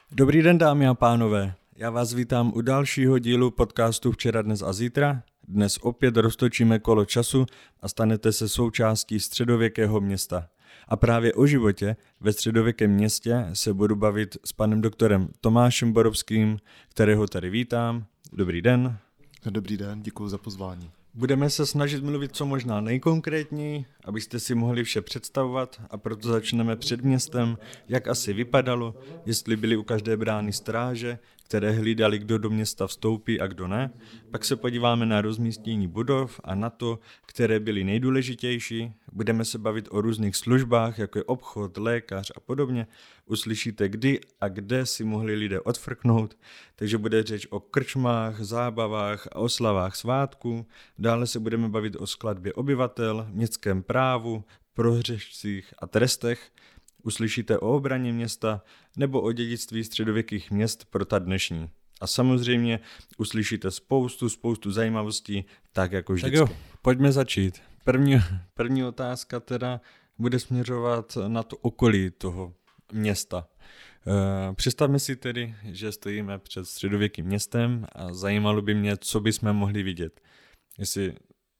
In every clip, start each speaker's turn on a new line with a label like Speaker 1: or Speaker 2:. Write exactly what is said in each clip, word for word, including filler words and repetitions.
Speaker 1: Dobrý den, dámy a pánové. Já vás vítám u dalšího dílu podcastu Včera, dnes a zítra. Dnes opět roztočíme kolo času a stanete se součástí středověkého města. A právě o životě ve středověkém městě se budu bavit s panem doktorem Tomášem Borovským, kterého tady vítám. Dobrý den.
Speaker 2: Dobrý den, děkuji za pozvání.
Speaker 1: Budeme se snažit mluvit co možná nejkonkrétněji, abyste si mohli vše představovat, a proto začneme před městem, jak asi vypadalo, jestli byly u každé brány stráže, které hlídali, kdo do města vstoupí a kdo ne. Pak se podíváme na rozmístění budov a na to, které byly nejdůležitější. Budeme se bavit o různých službách, jako je obchod, lékař a podobně. Uslyšíte, kdy a kde si mohli lidé odfrknout, takže bude řeč o krčmách, zábavách a oslavách svátků. Dále se budeme bavit o skladbě obyvatel, městském právu, prohřešcích a trestech. Uslyšíte o obraně města nebo o dědictví středověkých měst pro ta dnešní. A samozřejmě uslyšíte spoustu, spoustu zajímavostí, tak jako vždycky. Tak jo, pojďme začít. První, první otázka teda bude směřovat na to okolí toho města. E, představme si tedy, že stojíme před středověkým městem a zajímalo by mě, co bychom mohli vidět. Jestli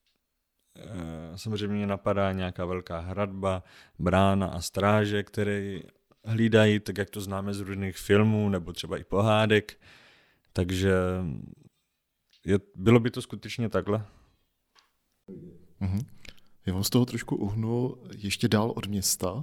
Speaker 1: samozřejmě mě napadá nějaká velká hradba, brána a stráže, které hlídají, tak jak to známe z různých filmů nebo třeba i pohádek. Takže je, bylo by to skutečně takhle?
Speaker 2: Mhm. Já vám z toho trošku uhnu ještě dál od města,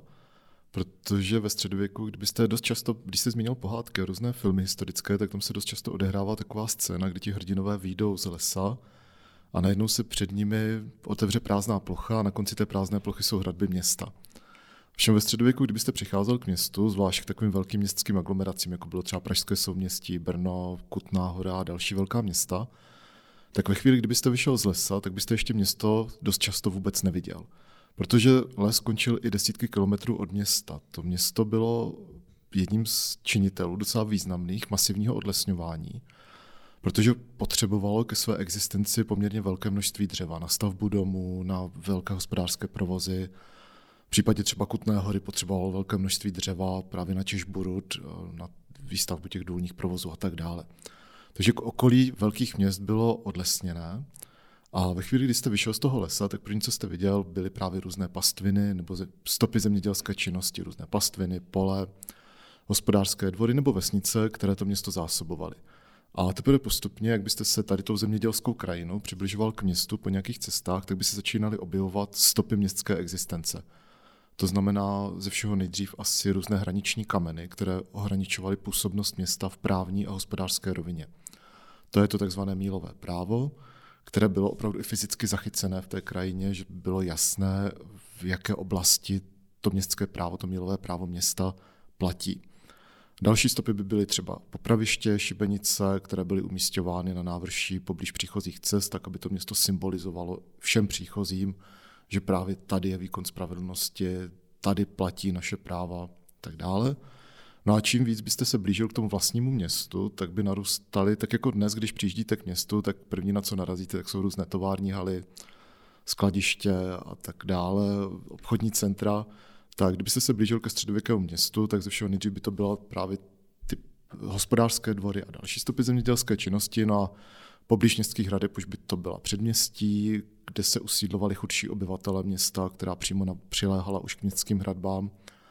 Speaker 2: protože ve středověku, kdybyste dost často, když jste zmínil pohádky a různé filmy historické, tak tam se dost často odehrává taková scéna, kdy ti hrdinové vyjdou z lesa a najednou se před nimi otevře prázdná plocha a na konci té prázdné plochy jsou hradby města. Všem ve středověku, kdybyste přicházel k městu, zvlášť k takovým velkým městským aglomeracím, jako bylo třeba Pražské souměstí, Brno, Kutná Hora a další velká města, tak ve chvíli, kdybyste vyšel z lesa, tak byste ještě město dost často vůbec neviděl. Protože les končil i desítky kilometrů od města. To město bylo jedním z činitelů docela významných masivního odlesňování, protože potřebovalo ke své existenci poměrně velké množství dřeva na stavbu domů, na velké hospodářské provozy. V případě třeba Kutné Hory potřebovalo velké množství dřeva právě na těžbu rud, na výstavbu těch důlních provozů a tak dále. Takže k okolí velkých měst bylo odlesněné a ve chvíli, kdy jste vyšel z toho lesa, tak první, co jste viděl, byly právě různé pastviny nebo stopy zemědělské činnosti, různé pastviny, pole, hospodářské dvory nebo vesnice, které to město zásobovaly. A teprve postupně, jak byste se tady tou zemědělskou krajinou přibližoval k městu po nějakých cestách, tak by se začínaly objevovat stopy městské existence. To znamená ze všeho nejdřív asi různé hraniční kameny, které ohraničovaly působnost města v právní a hospodářské rovině. To je to takzvané mílové právo, které bylo opravdu i fyzicky zachycené v té krajině, že bylo jasné, v jaké oblasti to městské právo, to mílové právo města platí. Další stopy by byly třeba popraviště, šibenice, které byly umísťovány na návrší poblíž příchozích cest, tak aby to město symbolizovalo všem příchozím, že právě tady je výkon spravedlnosti, tady platí naše práva a tak dále. No a čím víc byste se blížil k tomu vlastnímu městu, tak by narůstaly, tak jako dnes, když přijíždíte k městu, tak první, na co narazíte, tak jsou různé tovární haly, skladiště a tak dále, obchodní centra. Tak kdybyste se blížil ke středověkému městu, tak ze všeho nejdřív by to byla právě ty hospodářské dvory a další stopy zemědělské činnosti. No a poblíž městských hradeb už by to byla předměstí, kde se usídlovali chudší obyvatelé města, která přímo na, přiléhala už k městským hradbám.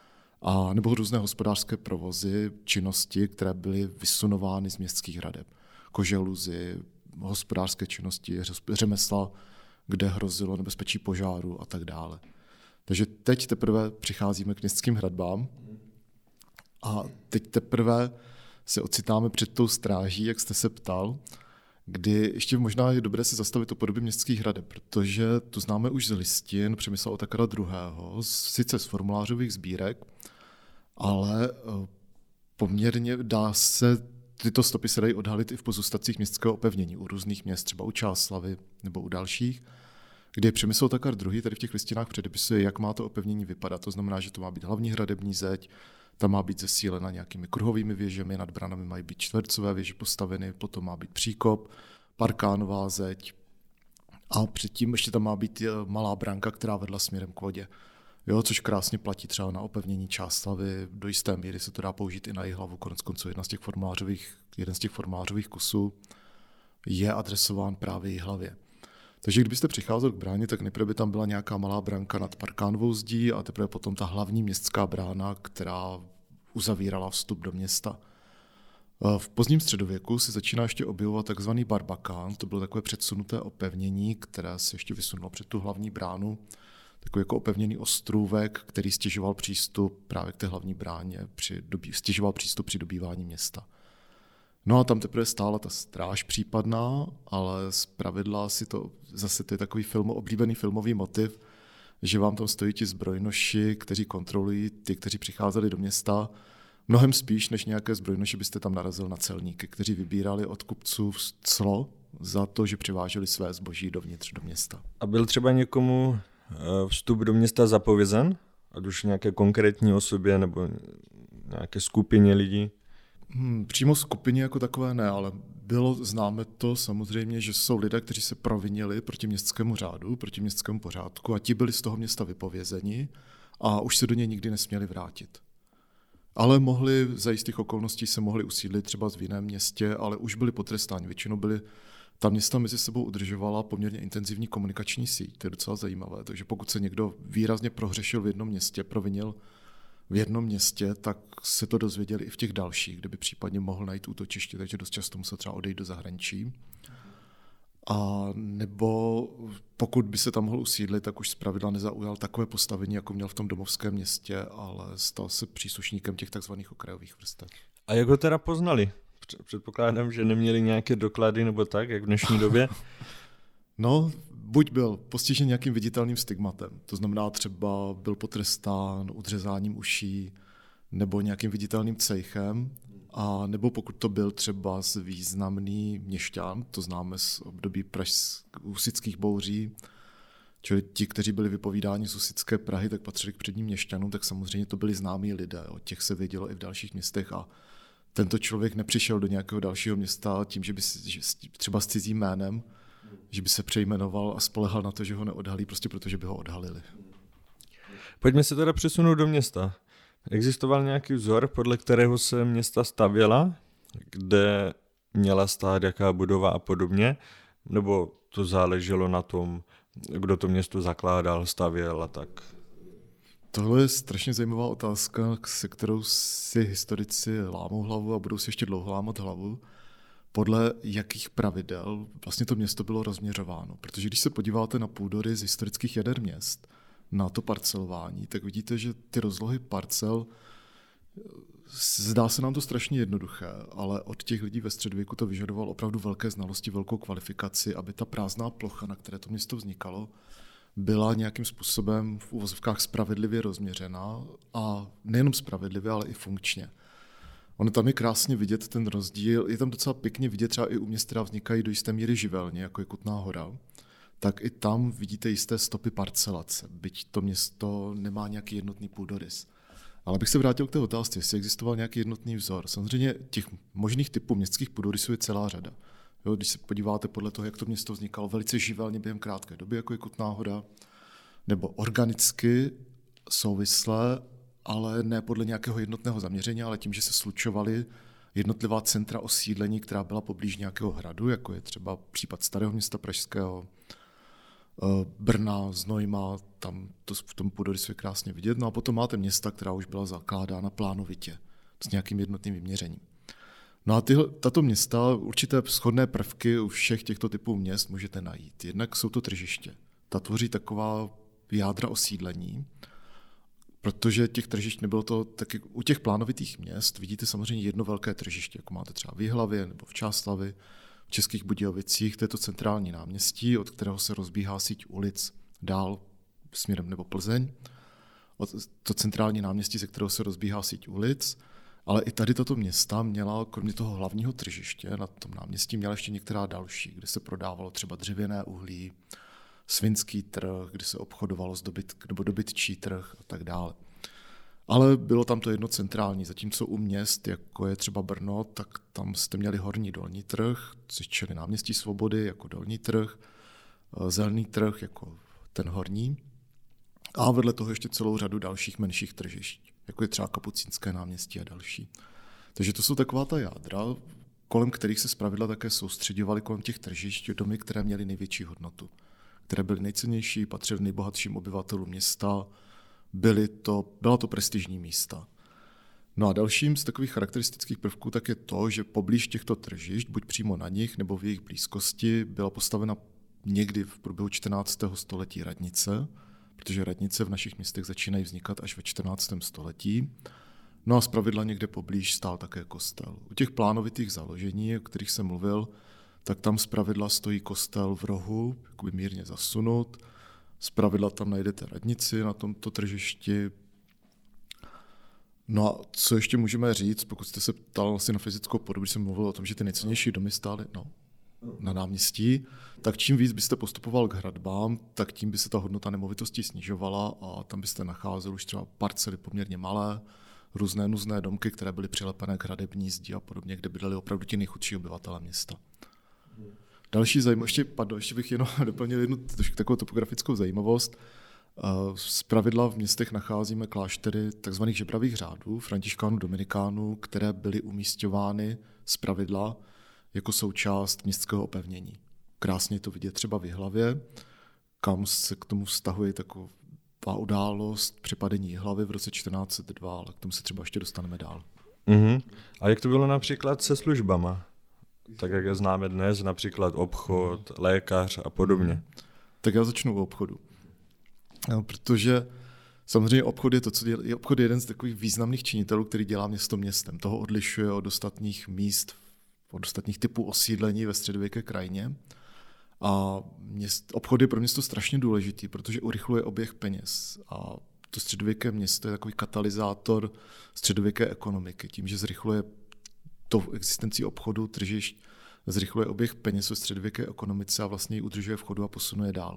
Speaker 2: A nebo různé hospodářské provozy, činnosti, které byly vysunovány z městských hradeb. Koželuzy, hospodářské činnosti, řemesla, kde hrozilo nebezpečí požáru a tak dále. Takže teď teprve přicházíme k městským hradbám a teď teprve se ocitáme před tou stráží, jak jste se ptal, kdy ještě možná je dobré se zastavit o podobě městských hradeb, protože tu známe už z listin Přemysla Otakara druhého., sice z formulářových sbírek, ale poměrně dá se, tyto stopy se dají odhalit i v pozůstatcích městského opevnění u různých měst, třeba u Čáslavi nebo u dalších, kdy Přemysl Otakar druhý. tady v těch listinách předepisuje, jak má to opevnění vypadat. To znamená, že to má být hlavní hradební zeď, ta má být zesílena nějakými kruhovými věžemi, nad branami mají být čtvercové věže postaveny, potom má být příkop, parkánová zeď a předtím ještě tam má být malá branka, která vedla směrem k vodě. Jo, což krásně platí třeba na opevnění Čáslavi, do jisté míry se to dá použít i na Jihlavu, konec konců jedna z těch formulářových, jeden z těch formulářových kusů je adresován právě Jihlavě. Takže kdybyste přicházeli k bráně, tak nejprve by tam byla nějaká malá branka nad Parkánovou zdí a teprve potom ta hlavní městská brána, která uzavírala vstup do města. V pozdním středověku se začíná ještě objevovat takzvaný barbakán, to bylo takové předsunuté opevnění, které se ještě vysunulo před tu hlavní bránu, takový jako opevněný ostrůvek, který stěžoval přístup právě k té hlavní bráně, při dobí, stěžoval přístup při dobývání města. No a tam teprve stála ta stráž případná, ale zpravidla si to, zase to je takový film, oblíbený filmový motiv, že vám tam stojí ti zbrojnoši, kteří kontrolují ty, kteří přicházeli do města, mnohem spíš než nějaké zbrojnoši byste tam narazil na celníky, kteří vybírali od kupců clo za to, že přiváželi své zboží dovnitř do města.
Speaker 1: A byl třeba někomu vstup do města zapovězen? Ať už nějaké konkrétní osobě nebo nějaké skupině lidí?
Speaker 2: Hmm, přímo skupině jako takové ne, ale bylo známe to samozřejmě, že jsou lidé, kteří se provinili proti městskému řádu, proti městskému pořádku a ti byli z toho města vypovězeni a už se do něj nikdy nesměli vrátit. Ale mohli, za jistých okolností se mohli usídlit třeba v jiném městě, ale už byli potrestáni. Většinou byli, ta města mezi sebou udržovala poměrně intenzivní komunikační síť, to je docela zajímavé, takže pokud se někdo výrazně prohřešil v jednom městě, provinil v jednom městě, tak se to dozvěděli i v těch dalších, kde by případně mohl najít útočiště, takže dost často musel třeba odejít do zahraničí. A nebo pokud by se tam mohl usídlit, tak už zpravidla nezaujal takové postavení, jako měl v tom domovském městě, ale stal se příslušníkem těch takzvaných okrajových vrstev.
Speaker 1: A jak ho teda poznali? Předpokládám, že neměli nějaké doklady nebo tak, jak v dnešní době.
Speaker 2: No, buď byl postižen nějakým viditelným stigmatem, to znamená třeba byl potrestán udřezáním uší nebo nějakým viditelným cejchem, a nebo pokud to byl třeba z významný měšťan, to známe z období pražských husitských bouří, čili ti, kteří byli vypovídáni z husitské Prahy, tak patřili k předním měšťanům, tak samozřejmě to byli známí lidé, o těch se vědělo i v dalších městech a tento člověk nepřišel do nějakého dalšího města tím, že by že třeba s cizím jménem, že by se přejmenoval a spolehal na to, že ho neodhalí, prostě protože by ho odhalili.
Speaker 1: Pojďme se teda přesunout do města. Existoval nějaký vzor, podle kterého se města stavěla, kde měla stát jaká budova a podobně, nebo to záleželo na tom, kdo to město zakládal, stavěl a tak?
Speaker 2: Tohle je strašně zajímavá otázka, se kterou si historici lámou hlavu a budou si ještě dlouho lámat hlavu. Podle jakých pravidel vlastně to město bylo rozměřováno. Protože když se podíváte na půdory z historických jader měst, na to parcelování, tak vidíte, že ty rozlohy parcel, zdá se nám to strašně jednoduché, ale od těch lidí ve středověku to vyžadovalo opravdu velké znalosti, velkou kvalifikaci, aby ta prázdná plocha, na které to město vznikalo, byla nějakým způsobem v uvozovkách spravedlivě rozměřená a nejenom spravedlivě, ale i funkčně. Ono tam je krásně vidět ten rozdíl, je tam docela pěkně vidět třeba i u měst, která vznikají do jisté míry živelně, jako je Kutná Hora, tak i tam vidíte jisté stopy parcelace, byť to město nemá nějaký jednotný půdorys. Ale bych se vrátil k té otázce, jestli existoval nějaký jednotný vzor. Samozřejmě těch možných typů městských půdorysů je celá řada. Jo, když se podíváte podle toho, jak to město vznikalo velice živelně během krátké doby, jako je Kutná Hora, nebo organicky souvislé, ale ne podle nějakého jednotného zaměření, ale tím, že se slučovaly jednotlivá centra osídlení, která byla poblíž nějakého hradu, jako je třeba případ Starého Města pražského, Brna, Znojma, tam to v tom půdorysu je krásně vidět. No a potom máte města, která už byla zakládána plánovitě, s nějakým jednotným vyměřením. No a tyhle, tato města, určité shodné prvky u všech těchto typů měst můžete najít. Jednak jsou to tržiště. Ta tvoří taková jádra osídlení, protože těch tržišť nebylo to, taky u těch plánovitých měst vidíte samozřejmě jedno velké tržiště, jako máte třeba v Jihlavě nebo v Čáslavi, v Českých Budějovicích, to je to centrální náměstí, od kterého se rozbíhá síť ulic dál směrem nebo Plzeň. To centrální náměstí, ze kterého se rozbíhá síť ulic, ale i tady tato města měla, kromě toho hlavního tržiště na tom náměstí, měla ještě některá další, kde se prodávalo třeba dřevěné uhlí, svinský trh, kde se obchodovalo s dobyt, nebo dobytčí trh a tak dále. Ale bylo tam to jedno centrální, zatímco u měst, jako je třeba Brno, tak tam jste měli horní dolní trh, čili náměstí Svobody jako dolní trh, zelený trh jako ten horní. A vedle toho ještě celou řadu dalších menších tržišť, jako je třeba Kapucínské náměstí a další. Takže to jsou taková ta jádra, kolem kterých se zpravidla také soustředěvaly kolem těch tržišť domy, které měly největší hodnotu, které byly nejcennější, patřily nejbohatším obyvatelům města, byly to, byla to prestižní místa. No a dalším z takových charakteristických prvků tak je to, že poblíž těchto tržišť, buď přímo na nich nebo v jejich blízkosti, byla postavena někdy v průběhu čtrnáctého století radnice, protože radnice v našich městech začínají vznikat až ve čtrnáctém století. No a zpravidla někde poblíž stál také kostel. U těch plánovitých založení, o kterých jsem mluvil, tak tam zpravidla stojí kostel v rohu, jakoby mírně zasunut. Zpravidla tam najdete radnici na tomto tržišti. No a co ještě můžeme říct, pokud jste se ptal asi na fyzickou podobu, když jsem mluvil o tom, že ty nejcennější domy stály no, na náměstí, tak čím víc byste postupoval k hradbám, tak tím by se ta hodnota nemovitostí snižovala a tam byste nacházel už třeba parcely poměrně malé, různé nuzné domky, které byly přilepené k hradební zdi a podobně, kde bydleli opravdu ti nejchudší obyvatelé města. Další zajímavost, ještě, pardon, ještě bych jenom doplnil jednu takovou topografickou zajímavost. Zpravidla v městech nacházíme kláštery tzv. Žebravých řádů, františkánů, dominikánů, které byly umísťovány zpravidla jako součást městského opevnění. Krásně je to vidět třeba v Jihlavě, kam se k tomu vztahuje taková událost přepadení Jihlavy v roce čtrnáct set dva, ale k tomu se třeba ještě dostaneme dál.
Speaker 1: Uh-huh. A jak to bylo například se službama? Tak jak je známe dnes, například obchod, lékař a podobně.
Speaker 2: Tak já začnu u obchodu. No, protože samozřejmě obchod je to, co dělá, obchod je jeden z takových významných činitelů, který dělá město městem. Toho odlišuje od ostatních míst, od ostatních typů osídlení ve středověké krajině. A měst, obchod je pro město strašně důležitý, protože urychluje oběh peněz. A to středověké město je takový katalyzátor středověké ekonomiky. Tím, že zrychluje to existencí obchodu, tržišť, zrychluje oběh peněz ve středověké ekonomice a vlastně ji udržuje v chodu a posunuje dál.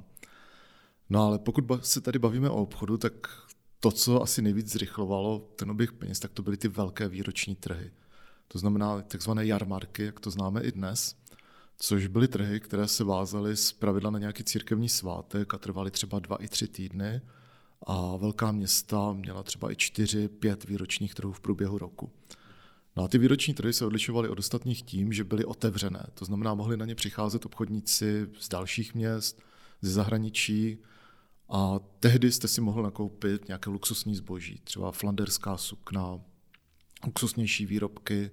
Speaker 2: No ale pokud se tady bavíme o obchodu, tak to, co asi nejvíc zrychlovalo ten oběh peněz, tak to byly ty velké výroční trhy. To znamená takzvané jarmarky, jak to známe i dnes, což byly trhy, které se vázaly zpravidla na nějaký církevní svátek a trvaly třeba dva i tři týdny a velká města měla třeba i čtyři, pět výročních trhů v průběhu roku. No a ty výroční trhy se odlišovaly od ostatních tím, že byly otevřené. To znamená, mohli na ně přicházet obchodníci z dalších měst, ze zahraničí a tehdy jste si mohl nakoupit nějaké luxusní zboží, třeba flanderská sukna, luxusnější výrobky,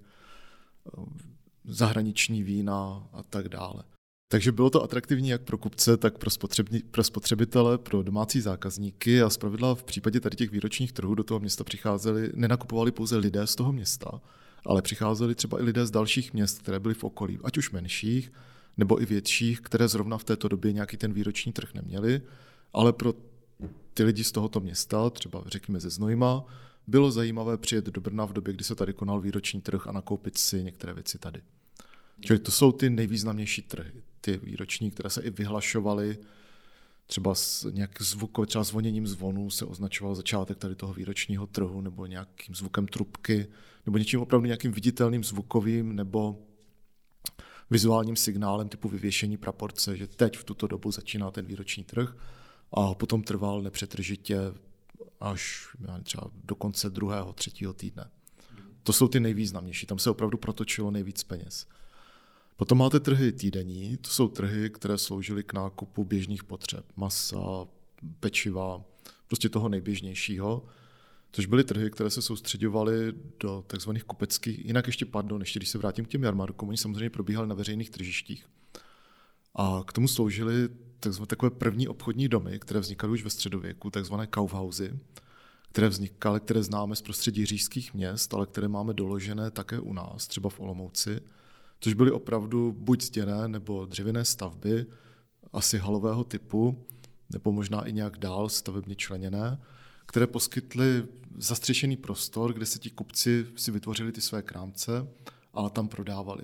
Speaker 2: zahraniční vína a tak dále. Takže bylo to atraktivní jak pro kupce, tak pro, pro spotřebitele, pro domácí zákazníky a zpravidla v případě tady těch výročních trhů do toho města přicházeli, nenakupovali pouze lidé z toho města, ale přicházeli třeba i lidé z dalších měst, které byly v okolí, ať už menších, nebo i větších, které zrovna v této době nějaký ten výroční trh neměli, ale pro ty lidi z tohoto města, třeba řekněme ze Znojma, bylo zajímavé přijet do Brna v době, kdy se tady konal výroční trh a nakoupit si některé věci tady. Čili to jsou ty nejvýznamnější trhy, ty výroční, které se i vyhlašovaly, třeba s nějakým zvukem, třeba zvoněním zvonů se označoval začátek tady toho výročního trhu, nebo nějakým zvukem trubky, nebo něčím opravdu nějakým viditelným zvukovým, nebo vizuálním signálem typu vyvěšení praporce, že teď v tuto dobu začíná ten výroční trh a potom trval nepřetržitě až třeba do konce druhého, třetího týdne. To jsou ty nejvýznamnější, tam se opravdu protočilo nejvíc peněz. Potom máte trhy týdenní, to jsou trhy, které sloužily k nákupu běžných potřeb, masa, pečiva, prostě toho nejběžnějšího, což byly trhy, které se soustředovaly do takzvaných kupeckých, jinak ještě pardon, ještě když se vrátím k těm jarmarkům, oni samozřejmě probíhaly na veřejných tržištích. A k tomu sloužily takové první obchodní domy, které vznikaly už ve středověku, takzvané Kaufhausy, které vznikaly, které známe z prostředí říšských měst, ale které máme doložené také u nás, třeba v Olomouci, což byly opravdu buď zděné nebo dřevěné stavby, asi halového typu, nebo možná i nějak dál stavebně členěné, které poskytly zastřešený prostor, kde se ti kupci si vytvořili ty své krámce a tam prodávali.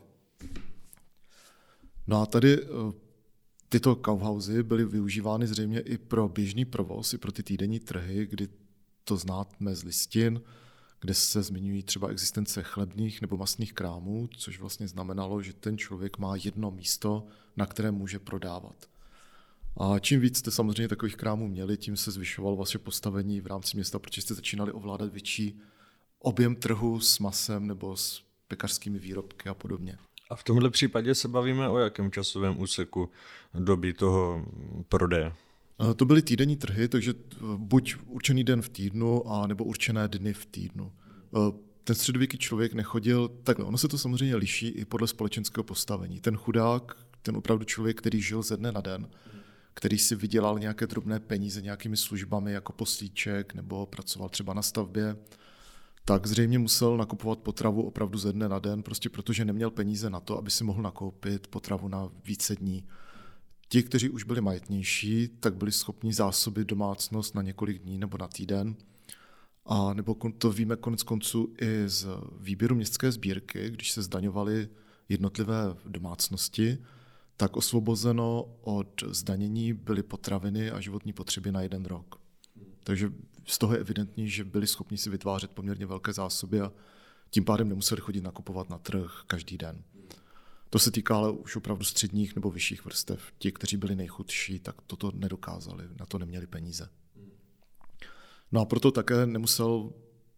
Speaker 2: No a tady tyto Kaufhausy byly využívány zřejmě i pro běžný provoz, i pro ty týdenní trhy, kdy to známe z listin, kde se zmiňují třeba existence chlebných nebo mastných krámů, což vlastně znamenalo, že ten člověk má jedno místo, na kterém může prodávat. A čím víc jste samozřejmě takových krámů měli, tím se zvyšovalo vaše postavení v rámci města, protože jste začínali ovládat větší objem trhu s masem nebo s pekařskými výrobky a podobně.
Speaker 1: A v tomhle případě se bavíme o jakém časovém úseku doby toho prodeje?
Speaker 2: To byly týdenní trhy, takže buď určený den v týdnu, a nebo určené dny v týdnu. Ten středověký člověk nechodil takhle. Ono se to samozřejmě liší i podle společenského postavení. Ten chudák, ten opravdu člověk, který žil ze dne na den, který si vydělal nějaké drobné peníze nějakými službami jako poslíček nebo pracoval třeba na stavbě, tak zřejmě musel nakupovat potravu opravdu ze dne na den, prostě protože neměl peníze na to, aby si mohl nakoupit potravu na více dní. Ti, kteří už byli majetnější, tak byli schopni zásobit domácnost na několik dní nebo na týden. A nebo to víme konec konců i z výběru městské sbírky, když se zdaňovaly jednotlivé domácnosti, tak osvobozeno od zdanění byly potraviny a životní potřeby na jeden rok. Takže z toho je evidentní, že byli schopni si vytvářet poměrně velké zásoby a tím pádem nemuseli chodit nakupovat na trh každý den. To se týká ale už opravdu středních nebo vyšších vrstev. Ti, kteří byli nejchudší, tak toto nedokázali, na to neměli peníze. No a proto také nemusel,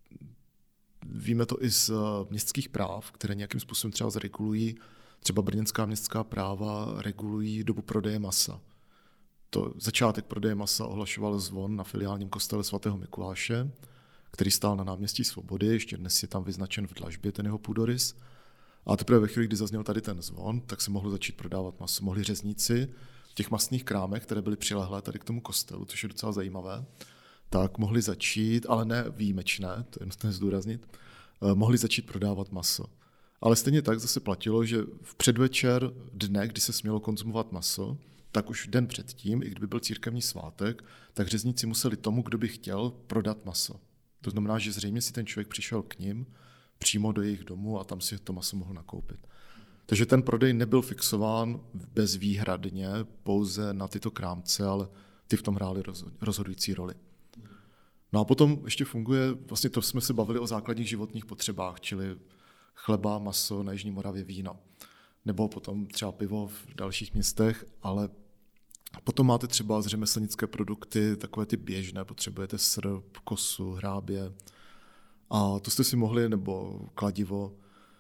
Speaker 2: víme to i z městských práv, které nějakým způsobem třeba zregulují, třeba brněnská městská práva regulují dobu prodeje masa. To začátek prodeje masa ohlašoval zvon na filiálním kostele svatého Mikuláše, který stál na náměstí Svobody, ještě dnes je tam vyznačen v dlažbě ten jeho půdorys. A teprve ve chvíli, kdy zazněl tady ten zvon, tak se mohlo začít prodávat maso. Mohli řezníci v těch masných krámech, které byly přilehlé tady k tomu kostelu, což je docela zajímavé, tak mohli začít, ale ne výjimečné, to je nutné zdůraznit, mohli začít prodávat maso. Ale stejně tak zase platilo, že v předvečer dne, kdy se smělo konzumovat maso, tak už den předtím, i kdyby byl církevní svátek, tak řezníci museli tomu, kdo by chtěl, prodat maso. To znamená, že zřejmě si ten člověk přišel k nim přímo do jejich domu a tam si to maso mohl nakoupit. Takže ten prodej nebyl fixován bezvýhradně pouze na tyto krámce, ale ty v tom hrály rozhodující roli. No a potom ještě funguje, vlastně to jsme se bavili o základních životních potřebách, čili chleba, maso, na Jižní Moravě víno. Nebo potom třeba pivo v dalších městech, ale potom máte třeba z řemeslnické produkty, takové ty běžné, potřebujete srp, kosu, hrábě. A to jste si mohli, nebo kladivo,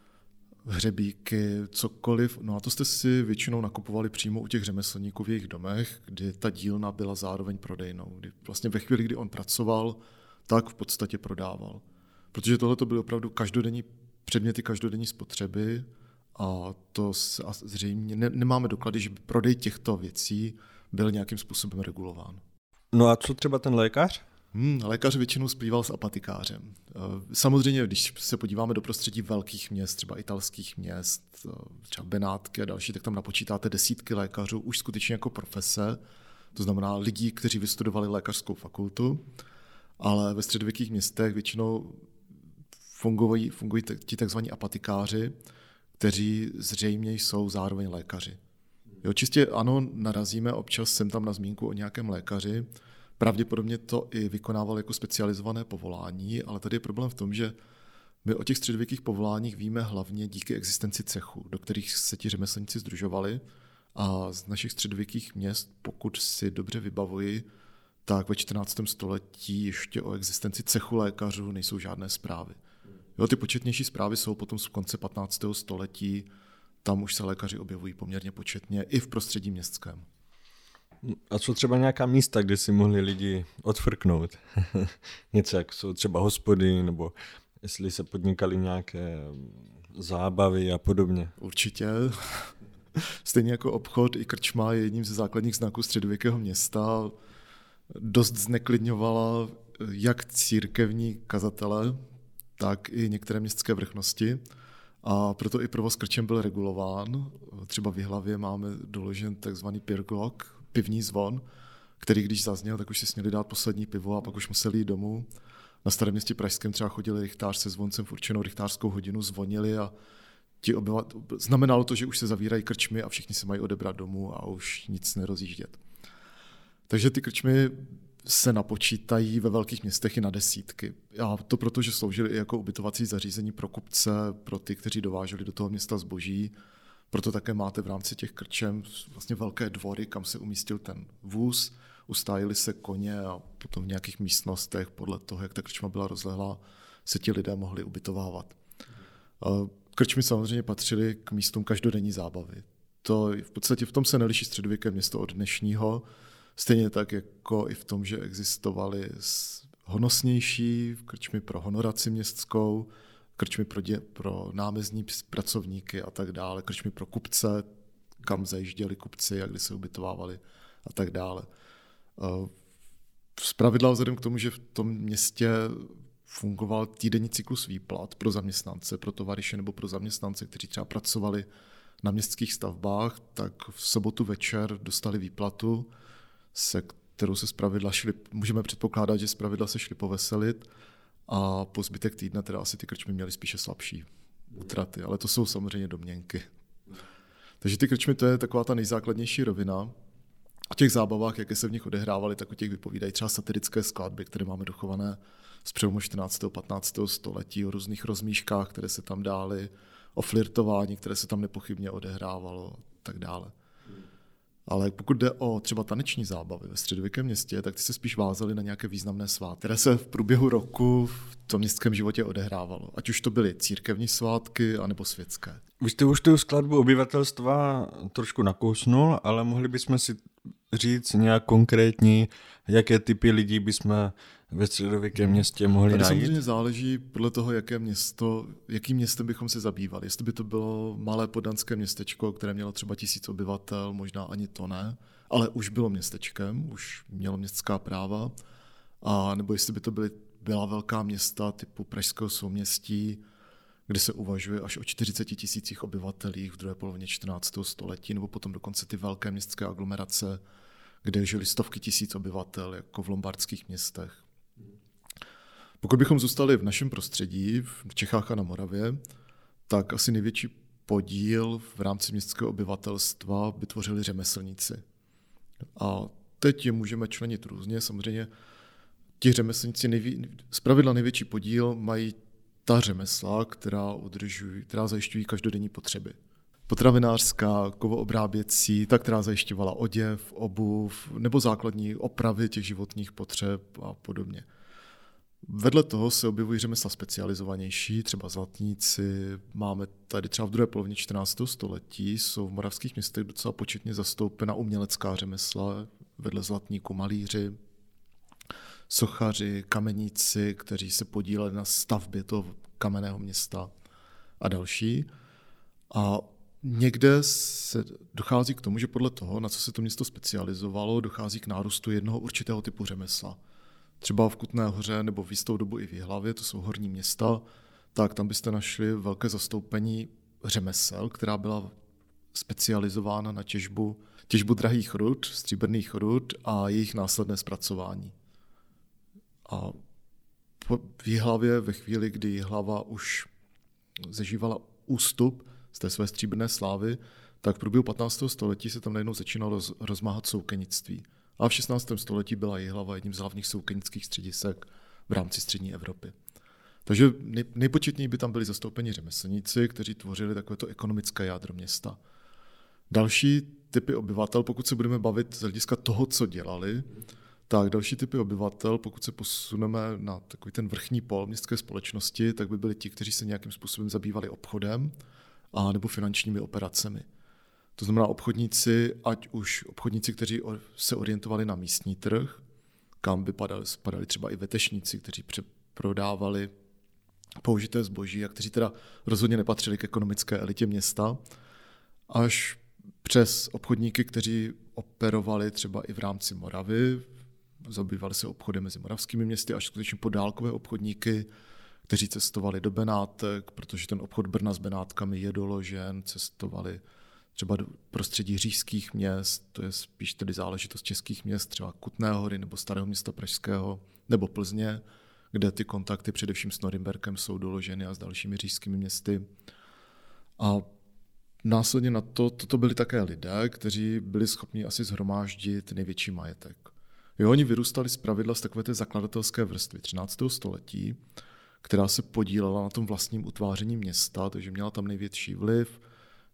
Speaker 2: hřebíky, cokoliv. No a to jste si většinou nakupovali přímo u těch řemeslníků v jejich domech, kdy ta dílna byla zároveň prodejnou. Kdy vlastně ve chvíli, kdy on pracoval, tak v podstatě prodával. Protože tohle to byly opravdu každodenní předměty každodenní spotřeby a to se, a zřejmě ne, nemáme doklady, že by prodej těchto věcí byl nějakým způsobem regulován.
Speaker 1: No a co třeba ten lékař?
Speaker 2: Hmm, lékař většinou splýval s apatikářem. Samozřejmě, když se podíváme do prostředí velkých měst, třeba italských měst, třeba Benátky a další, tak tam napočítáte desítky lékařů už skutečně jako profese, to znamená lidí, kteří vystudovali lékařskou fakultu, ale ve středověkých městech většinou fungují, fungují ti takzvaní apatikáři, kteří zřejmě jsou zároveň lékaři. Jo, čistě ano, narazíme občas sem tam na zmínku o nějakém lékaři, pravděpodobně to i vykonával jako specializované povolání, ale tady je problém v tom, že my o těch středověkých povoláních víme hlavně díky existenci cechů, do kterých se ti řemeslníci sdružovali a z našich středověkých měst, pokud si dobře vybavuji, tak ve čtrnáctém století ještě o existenci cechu lékařů nejsou žádné zprávy. Jo, ty početnější zprávy jsou potom z konce patnáctého století, tam už se lékaři objevují poměrně početně i v prostředí městském.
Speaker 1: A co třeba nějaká místa, kde si mohli lidi odfrknout? Něco jak jsou třeba hospody, nebo jestli se podnikaly nějaké zábavy a podobně.
Speaker 2: Určitě. Stejně jako obchod, i krčma je jedním ze základních znaků středověkého města. Dost zneklidňovala jak církevní kazatele, tak i některé městské vrchnosti. A proto i provoz krčem byl regulován. Třeba v Jihlavě máme doložen takzvaný pirglok, pivní zvon, který když zazněl, tak už si směli dát poslední pivo a pak už museli jít domů. Na Starém Městě pražském třeba chodili rychtář se zvoncem v určenou rychtářskou hodinu, zvonili a ti obyvat... znamenalo to, že už se zavírají krčmy a všichni se mají odebrat domů a už nic nerozjíždět. Takže ty krčmy se napočítají ve velkých městech i na desítky. A to proto, že sloužily i jako ubytovací zařízení pro kupce, pro ty, kteří dováželi do toho města zboží. Proto také máte v rámci těch krčem vlastně velké dvory, kam se umístil ten vůz, ustájili se koně a potom v nějakých místnostech, podle toho, jak ta krčma byla rozlehlá, se ti lidé mohli ubytovávat. Krčmy samozřejmě patřily k místům každodenní zábavy. To v podstatě v tom se neliší středověké město od dnešního, stejně tak jako i v tom, že existovaly honosnější krčmy pro honoraci městskou, krčmy pro, dě, pro námezní pracovníky a tak dále, krčmy pro kupce, kam zajížděli kupci a kde se ubytovávali a tak dále. Zpravidla vzhledem k tomu, že v tom městě fungoval týdenní cyklus výplat pro zaměstnance, pro tovaryše nebo pro zaměstnance, kteří třeba pracovali na městských stavbách, tak v sobotu večer dostali výplatu, se kterou se zpravidla šli, můžeme předpokládat, že zpravidla se šli poveselit a po zbytek týdne teda asi ty krčmy měly spíše slabší utraty, ale to jsou samozřejmě domněnky. Takže ty krčmy to je taková ta nejzákladnější rovina. O těch zábavách, jaké se v nich odehrávaly, tak o těch vypovídají třeba satirické skladby, které máme dochované z přelomu čtrnáctého a patnáctého století, o různých rozmíškách, které se tam dály, o flirtování, které se tam nepochybně odehrávalo a tak dále. Ale pokud jde o třeba taneční zábavy ve středověkém městě, tak ty se spíš vázaly na nějaké významné svátky, které se v průběhu roku v tom městském životě odehrávalo. Ať už to byly církevní svátky, anebo světské.
Speaker 1: Vy jste už tu skladbu obyvatelstva trošku nakousnul, ale mohli bychom si říct nějak konkrétní, jaké typy lidí bychom ve středověkém městě mohli
Speaker 2: Tady
Speaker 1: najít?
Speaker 2: samozřejmě záleží podle toho, jaké město, jakým městem bychom se zabývali. Jestli by to bylo malé poddanské městečko, které mělo třeba tisíc obyvatel, možná ani to ne, ale už bylo městečkem, už mělo městská práva, a nebo jestli by to byly, byla velká města typu Pražského souměstí, kde se uvažuje až o čtyřiceti tisících obyvatelích v druhé polovině čtrnáctého století, nebo potom dokonce ty velké městské aglomerace, kde žili stovky tisíc obyvatel, jako v lombardských městech. Pokud bychom zůstali v našem prostředí, v Čechách a na Moravě, tak asi největší podíl v rámci městského obyvatelstva by tvořili řemeslníci. A teď je můžeme členit různě. Samozřejmě ti řemeslníci nejví, zpravidla největší podíl mají ta řemesla, která udržují, která zajišťují každodenní potřeby. Potravinářská, kovoobráběcí, ta, která zajišťovala oděv, obuv nebo základní opravy těch životních potřeb a podobně. Vedle toho se objevují řemesla specializovanější, třeba zlatníci. Máme tady třeba v druhé polovině čtrnáctého století, jsou v moravských městech docela početně zastoupena umělecká řemesla, vedle zlatníků malíři, sochaři, kameníci, kteří se podíleli na stavbě toho kamenného města a další. A někde se dochází k tomu, že podle toho, na co se to město specializovalo, dochází k nárůstu jednoho určitého typu řemesla. Třeba v Kutné Hoře nebo v jistou dobu i v Jihlavě, to jsou horní města, tak tam byste našli velké zastoupení řemesel, která byla specializována na těžbu, těžbu drahých rud, stříbrných rud a jejich následné zpracování. A v Jihlavě ve chvíli, kdy Jihlava už zažívala ústup z té své stříbrné slávy, tak v průběhu patnáctého století se tam najednou začínalo roz, rozmáhat soukenictví. A v šestnáctém století byla Jihlava jedním z hlavních soukenických středisek v rámci střední Evropy. Takže nej, nejpočetněji by tam byli zastoupeni řemeslníci, kteří tvořili takovéto ekonomické jádro města. Další typy obyvatel, pokud se budeme bavit z hlediska toho, co dělali, tak další typy obyvatel, pokud se posuneme na takový ten vrchní pól městské společnosti, tak by byli ti, kteří se nějakým způsobem zabývali obchodem a nebo finančními operacemi. To znamená obchodníci, ať už obchodníci, kteří se orientovali na místní trh, kam by padali, padali třeba i vetešníci, kteří prodávali použité zboží a kteří teda rozhodně nepatřili k ekonomické elitě města, až přes obchodníky, kteří operovali třeba i v rámci Moravy, zabývali se obchodem mezi moravskými městy, až skutečně po dálkové obchodníky, kteří cestovali do Benátek, protože ten obchod Brna s Benátkami je doložen, cestovali třeba do prostředí říšských měst, to je spíš tedy záležitost českých měst, třeba Kutné Hory nebo Starého Města Pražského nebo Plzně, kde ty kontakty především s Norimberkem jsou doloženy a s dalšími říšskými městy. A následně na to, toto byli také lidé, kteří byli schopni asi shromáždit největší majetek. Jo, oni vyrůstali zpravidla z takové té zakladatelské vrstvy třináctého století, která se podílela na tom vlastním utváření města, takže měla tam největší vliv,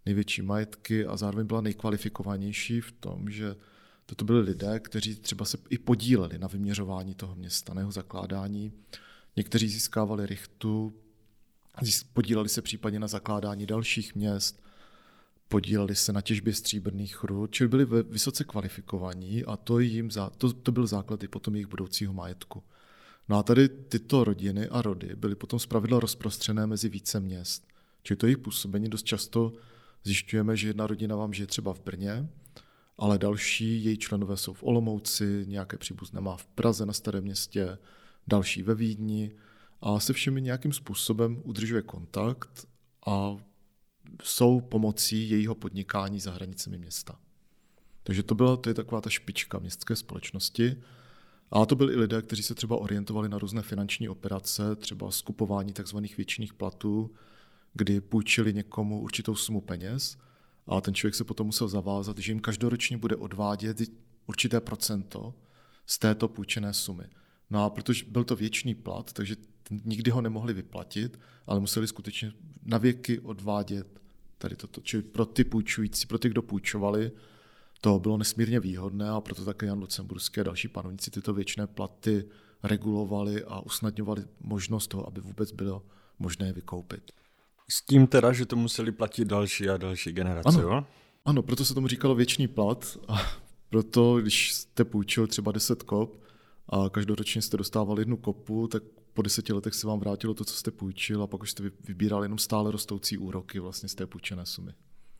Speaker 2: největší majetky a zároveň byla nejkvalifikovanější v tom, že toto byli lidé, kteří třeba se i podíleli na vyměřování toho města, na jeho zakládání. Někteří získávali rychtu, podíleli se případně na zakládání dalších měst, podíleli se na těžbě stříbrných rud, čili byli vysoce kvalifikovaní a to, jim, to, to byl základ i potom jejich budoucího majetku. No a tady tyto rodiny a rody byly potom zpravidla rozprostřené mezi více měst. Čili to jejich působení dost často zjišťujeme, že jedna rodina vám žije třeba v Brně, ale další její členové jsou v Olomouci, nějaké příbuzné má v Praze na Starém Městě, další ve Vídni a se všemi nějakým způsobem udržuje kontakt a jsou pomocí jejího podnikání za hranicemi města. Takže to byla to je taková ta špička městské společnosti. A to byli i lidé, kteří se třeba orientovali na různé finanční operace, třeba skupování tzv. Věčných platů, kdy půjčili někomu určitou sumu peněz a ten člověk se potom musel zavázat, že jim každoročně bude odvádět určité procento z této půjčené sumy. No a protože byl to věčný plat, takže nikdy ho nemohli vyplatit, ale museli skutečně na věky odvádět tady toto. Čili pro ty půjčující, pro ty, kdo půjčovali, to bylo nesmírně výhodné a proto také Jan Lucemburský a další panovníci tyto věčné platy regulovali a usnadňovali možnost toho, aby vůbec bylo možné je vykoupit.
Speaker 1: S tím teda, že to museli platit další a další generace,
Speaker 2: ano,
Speaker 1: jo?
Speaker 2: Ano, proto se tomu říkalo věčný plat a proto, když jste půjčil třeba deset kop a každoročně jste dostávali jednu kopu, tak po deseti letech se vám vrátilo to, co jste půjčil a pak už jste vybírali jenom stále rostoucí úroky vlastně z té půjčené sumy.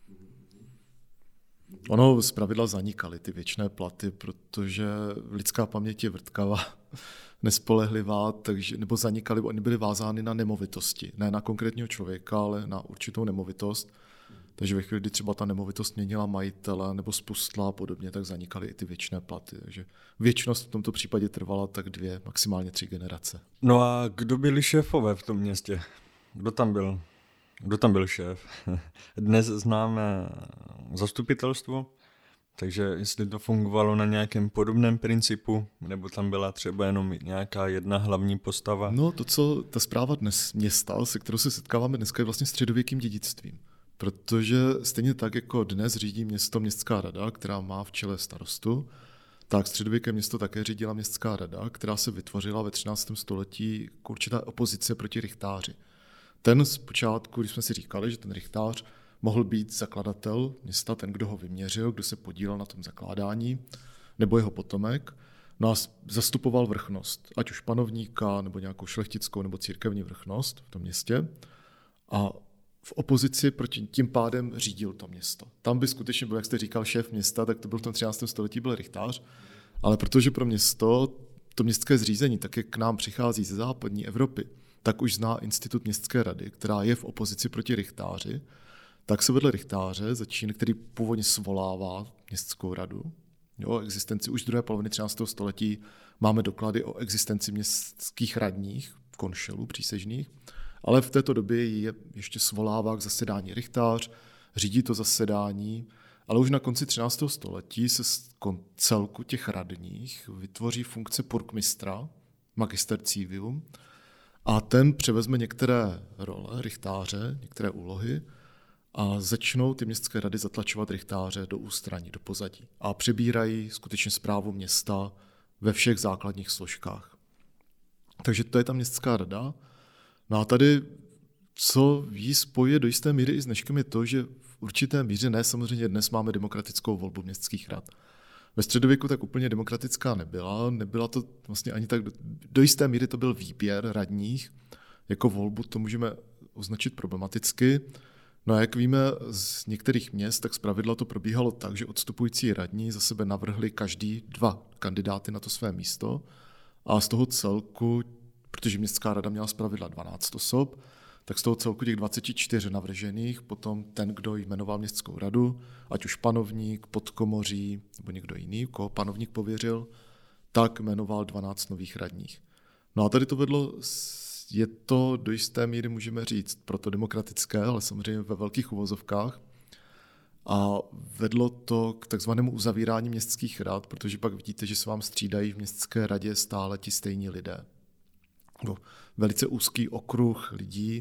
Speaker 2: Ono zpravidla zanikaly ty věčné platy, protože lidská paměť je vrtkavá, nespolehlivá, takže, nebo zanikaly, oni byly vázány na nemovitosti, ne na konkrétního člověka, ale na určitou nemovitost. Takže ve chvíli, kdy třeba ta nemovitost měnila majitele nebo spustla a podobně, tak zanikaly i ty věčné platy. Takže věčnost v tomto případě trvala tak dvě, maximálně tři generace.
Speaker 1: No a kdo byli šéfové v tom městě? Kdo tam byl? Kdo tam byl šéf? Dnes známe zastupitelstvo, takže jestli to fungovalo na nějakém podobném principu, nebo tam byla třeba jenom nějaká jedna hlavní postava?
Speaker 2: No to, co ta správa dnes města, se kterou se setkáváme dneska, je vlastně středověkým dědictvím. Protože stejně tak, jako dnes řídí město městská rada, která má v čele starostu, tak středověké město také řídila městská rada, která se vytvořila ve třináctém století jako určitá opozice proti rychtáři. Ten zpočátku, když jsme si říkali, že ten rychtář mohl být zakladatel města, ten, kdo ho vyměřil, kdo se podílel na tom zakládání, nebo jeho potomek, no a zastupoval vrchnost, ať už panovníka, nebo nějakou šlechtickou, nebo církevní vrchnost v tom městě. A v opozici proti tím pádem řídil to město. Tam by skutečně byl, jak jste říkal, šéf města, tak to byl v tom třináctém století, byl rychtář, ale protože pro město, to městské zřízení, tak jak k nám přichází ze západní Evropy, tak už zná institut městské rady, která je v opozici proti rychtáři, tak se vedle rychtáře začíná, který původně svolává městskou radu. Jo, existenci už z druhé poloviny třináctého století máme doklady o existenci městských radních, konšelů přísežných, ale v této době je ještě svolává k zasedání rychtář, řídí to zasedání, ale už na konci třináctého století se z celku těch radních vytvoří funkce purkmistra, magister civium, a ten převezme některé role rychtáře, některé úlohy a začnou ty městské rady zatlačovat rychtáře do ústraní, do pozadí a přebírají skutečně správu města ve všech základních složkách. Takže to je ta městská rada. No a tady, co jí spojuje do jisté míry i s dneškem, je to, že v určité míře, ne samozřejmě dnes máme demokratickou volbu městských rad. Ve středověku tak úplně demokratická nebyla, nebyla to vlastně ani tak, do jisté míry to byl výběr radních, jako volbu to můžeme označit problematicky. No a jak víme z některých měst, tak zpravidla to probíhalo tak, že odstupující radní za sebe navrhli každý dva kandidáty na to své místo a z toho celku, protože městská rada měla zpravidla dvanáct osob, tak z toho celku těch dvacet čtyři navržených potom ten, kdo jmenoval městskou radu, ať už panovník, podkomoří nebo někdo jiný, koho panovník pověřil, tak jmenoval dvanáct nových radních. No a tady to vedlo, je to do jisté míry, můžeme říct, protodemokratické, ale samozřejmě ve velkých uvozovkách. A vedlo to k takzvanému uzavírání městských rad, protože pak vidíte, že se vám střídají v městské radě stále ti stejní lidé. Velice úzký okruh lidí,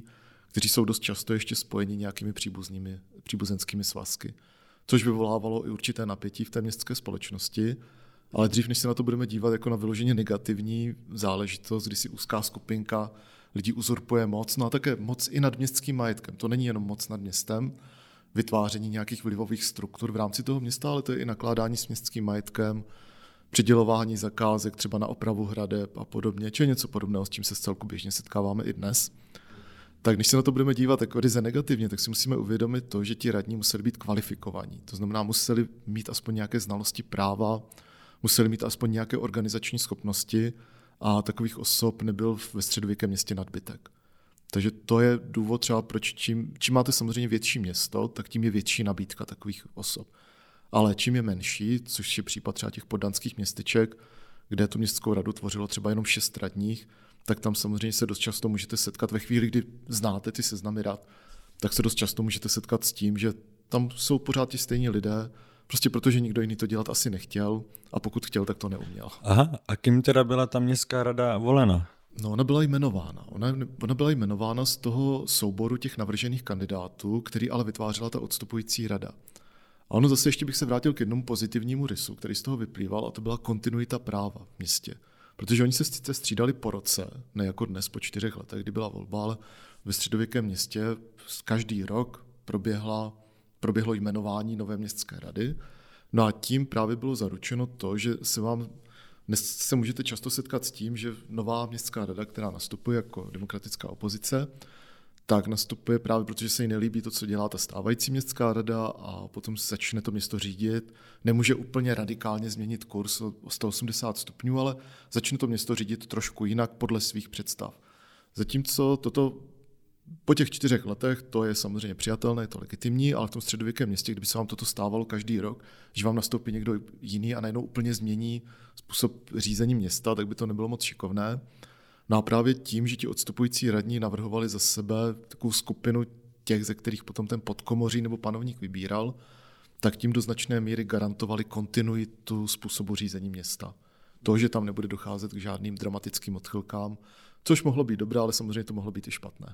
Speaker 2: kteří jsou dost často ještě spojeni nějakými příbuznými, příbuzenskými svazky. Což vyvolávalo i určité napětí v té městské společnosti, ale dřív, než se na to budeme dívat jako na vyloženě negativní záležitost, kdy si úzká skupinka lidí uzurpuje moc, no a také moc i nad městským majetkem. To není jenom moc nad městem, vytváření nějakých vlivových struktur v rámci toho města, ale to je i nakládání s městským majetkem, přidělování zakázek třeba na opravu hradeb a podobně, či něco podobného, s čím se zcelku běžně setkáváme i dnes. Tak když se na to budeme dívat jako ryze negativně, tak si musíme uvědomit to, že ti radní museli být kvalifikovaní. To znamená, museli mít aspoň nějaké znalosti práva, museli mít aspoň nějaké organizační schopnosti a takových osob nebyl ve středověkém městě nadbytek. Takže to je důvod třeba, proč čím, čím máte samozřejmě větší město, tak tím je větší nabídka takových osob. Ale čím je menší, což je případ třeba těch poddanských městeček, kde tu městskou radu tvořilo třeba jenom šest radních, tak tam samozřejmě se dost často můžete setkat ve chvíli, kdy znáte ty seznamy rad, tak se dost často můžete setkat s tím, že tam jsou pořád ti stejní lidé, prostě protože nikdo jiný to dělat asi nechtěl a pokud chtěl, tak to neuměl.
Speaker 1: Aha, a kým teda byla ta městská rada volena?
Speaker 2: No, ona byla jmenována. Ona, ona byla jmenována z toho souboru těch navržených kandidátů, který ale vytvářela ta odstupující rada. A ono zase ještě bych se vrátil k jednomu pozitivnímu rysu, který z toho vyplýval, a to byla kontinuita práva v městě. Protože oni se sice střídali po roce, ne jako dnes po čtyřech letech, kdy byla volba, ale ve středověkém městě každý rok proběhla, proběhlo jmenování nové městské rady. No a tím právě bylo zaručeno to, že se vám dnes se můžete často setkat s tím, že nová městská rada, která nastupuje jako demokratická opozice, tak nastupuje právě, protože se jí nelíbí to, co dělá ta stávající městská rada a potom začne to město řídit. Nemůže úplně radikálně změnit kurz o sto osmdesát stupňů, ale začne to město řídit trošku jinak podle svých představ. Zatímco toto po těch čtyřech letech, to je samozřejmě přijatelné, je to legitimní, ale v tom středověkém městě, kdyby se vám toto stávalo každý rok, že vám nastoupí někdo jiný a najednou úplně změní způsob řízení města, tak by to nebylo moc šikovné. No a právě tím, že ti odstupující radní navrhovali za sebe takovou skupinu těch, ze kterých potom ten podkomoří nebo panovník vybíral, tak tím do značné míry garantovali kontinuitu způsobu řízení města. To, že tam nebude docházet k žádným dramatickým odchylkám, což mohlo být dobré, ale samozřejmě to mohlo být i špatné.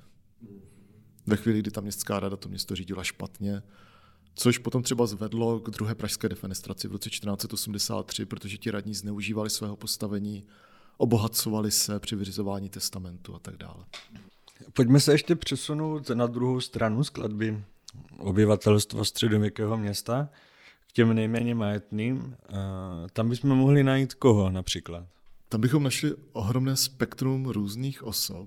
Speaker 2: Ve chvíli, kdy ta městská rada to město řídila špatně, což potom třeba zvedlo k druhé pražské defenestraci v roce čtrnáct set osmdesát tři, protože ti radní zneužívali svého postavení, obohacovali se při vyřizování testamentu a tak dále.
Speaker 1: Pojďme se ještě přesunout na druhou stranu skladby obyvatelstva středověkého města, k těm nejméně majetným. Tam bychom mohli najít koho například?
Speaker 2: Tam bychom našli ohromné spektrum různých osob,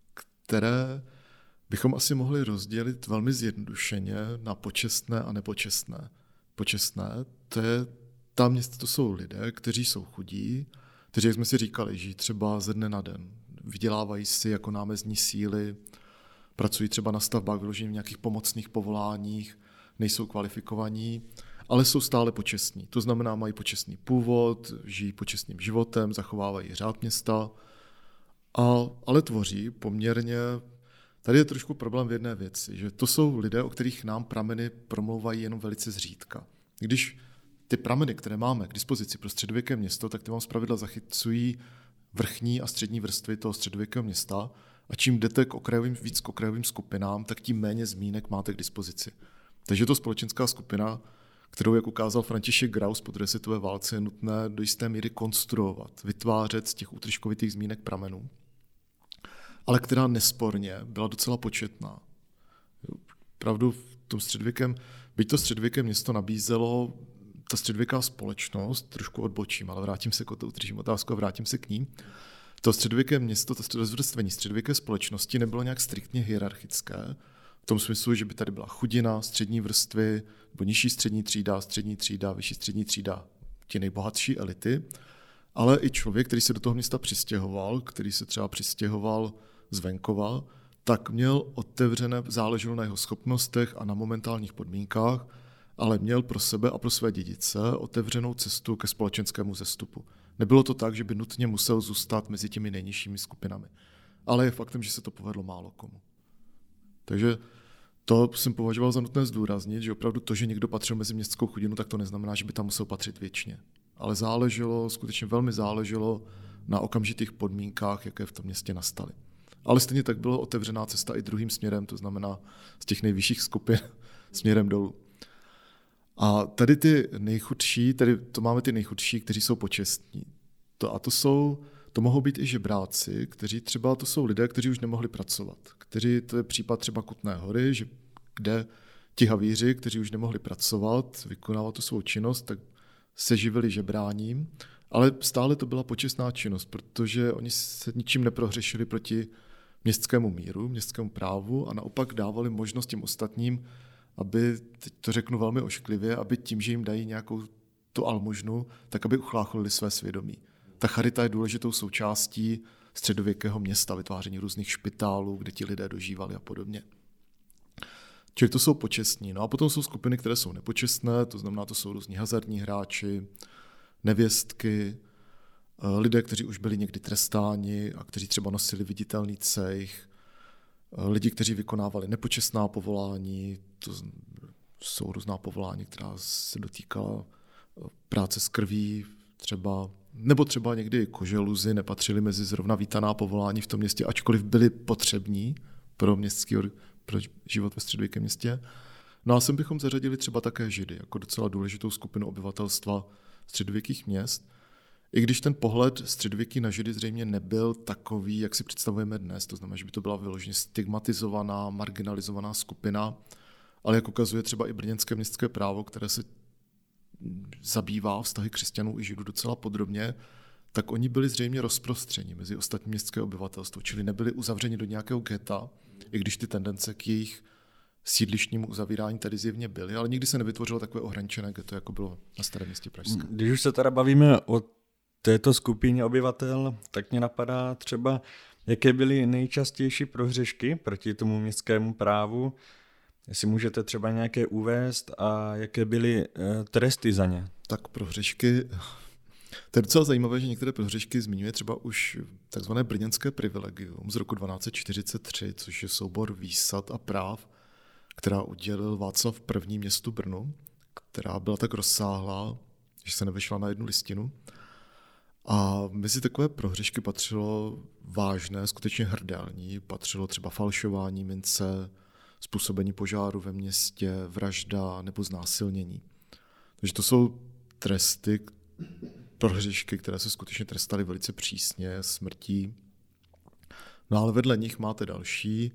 Speaker 2: které bychom asi mohli rozdělit velmi zjednodušeně na počestné a nepočestné. Počestné, to je, ta města, to jsou lidé, kteří jsou chudí, kteří, jak jsme si říkali, žijí třeba ze dne na den. Vydělávají si jako námezní síly, pracují třeba na stavbách, vyloženě v nějakých pomocných povoláních, nejsou kvalifikovaní, ale jsou stále počestní. To znamená, mají počestný původ, žijí počestným životem, zachovávají řád města, a, ale tvoří poměrně. Tady je trošku problém v jedné věci, že to jsou lidé, o kterých nám prameny promlouvají jenom velice zřídka. Když ty prameny, které máme k dispozici pro středověké město, tak ty vám zpravidla zachycují vrchní a střední vrstvy toho středověkého města a čím jdete k okrajovým, víc k okrajovým skupinám, tak tím méně zmínek máte k dispozici. Takže to společenská skupina, kterou, jak ukázal František Graus po druhé světové válce, je nutné do jisté míry konstruovat, vytvářet z těch útržkovitých zmínek pramenů, ale která nesporně byla docela početná. Pravdu v tom středověkém, byť to středověké město nabízelo, ta středověká společnost, trošku odbočím, ale vrátím se k utržím otázku a vrátím se k ní. To středověké město, to rozvrstvení středověké společnosti nebylo nějak striktně hierarchické, v tom smyslu, že by tady byla chudina, střední vrstvy, nebo nižší střední třída, střední třída, vyšší střední třída, ti nejbohatší elity, ale i člověk, který se do toho města přistěhoval, který se třeba přistěhoval z venkova, tak měl otevřené, záleželo na jeho schopnostech a na momentálních podmínkách, ale měl pro sebe a pro své dědice otevřenou cestu ke společenskému zestupu. Nebylo to tak, že by nutně musel zůstat mezi těmi nejnižšími skupinami. Ale je faktem, že se to povedlo málo komu. Takže to jsem považoval za nutné zdůraznit, že opravdu to, že někdo patřil mezi městskou chudinu, tak to neznamená, že by tam musel patřit věčně. Ale záleželo, skutečně velmi záleželo na okamžitých podmínkách, jaké v tom městě nastaly. Ale stejně tak byla otevřená cesta i druhým směrem, to znamená z těch nejvyšších skupin směrem dolů. A tady ty nejchudší, tady to máme ty nejchudší, kteří jsou počestní. To, a to jsou, to mohou být i žebráci, kteří třeba, to jsou lidé, kteří už nemohli pracovat. Kteří, to je případ třeba Kutné Hory, že, kde ti havíři, kteří už nemohli pracovat, vykonávat tu svou činnost, tak se živili žebráním, ale stále to byla počestná činnost, protože oni se ničím neprohřešili proti městskému míru, městskému právu a naopak dávali možnost těm ostatním, aby, teď to řeknu velmi ošklivě, aby tím, že jim dají nějakou tu almužnu, tak aby uchlácholili své svědomí. Ta charita je důležitou součástí středověkého města, vytváření různých špitálů, kde ti lidé dožívali a podobně. Čili to jsou počestní. No a potom jsou skupiny, které jsou nepočestné, to znamená, to jsou různí hazardní hráči, nevěstky, lidé, kteří už byli někdy trestáni a kteří třeba nosili viditelný cejch, lidi, kteří vykonávali nepočestná povolání, to jsou různá povolání, která se dotýkala práce s krví, třeba, nebo třeba někdy koželuzy nepatřili mezi zrovna vítaná povolání v tom městě, ačkoliv byli potřební pro městský, pro život ve středověkém městě. No a sem bychom zařadili třeba také Židy, jako docela důležitou skupinu obyvatelstva středověkých měst, i když ten pohled středověký na Židy zřejmě nebyl takový, jak si představujeme dnes, to znamená, že by to byla vyloženě stigmatizovaná, marginalizovaná skupina, ale jak ukazuje třeba i brněnské městské právo, které se zabývá vztahy křesťanů i Židů docela podrobně, tak oni byli zřejmě rozprostřeni mezi ostatní městské obyvatelstvo, čili nebyli uzavřeni do nějakého geta, i když ty tendence k jejich sídlištnímu uzavírání tady zjevně byly, ale nikdy se nevytvořilo takové ohraničené ghetto, jako bylo na Starém městě pražském.
Speaker 1: Když už se teda bavíme o této skupině obyvatel, tak mě napadá třeba, jaké byly nejčastější prohřešky proti tomu městskému právu, jestli můžete třeba nějaké uvést a jaké byly tresty za ně.
Speaker 2: Tak prohřešky, to je docela zajímavé, že některé prohřešky zmiňuje třeba už takzvané brněnské privilegium z roku dvanáct set čtyřicet tři, což je soubor výsad a práv, která udělil Václav I. městu Brnu, která byla tak rozsáhlá, že se nevešla na jednu listinu. A mezi takové prohřešky patřilo vážné, skutečně hrdelní, patřilo třeba falšování mince, způsobení požáru ve městě, vražda nebo znásilnění. Takže to jsou tresty, prohřešky, které se skutečně trestaly velice přísně, smrtí. No ale vedle nich máte další,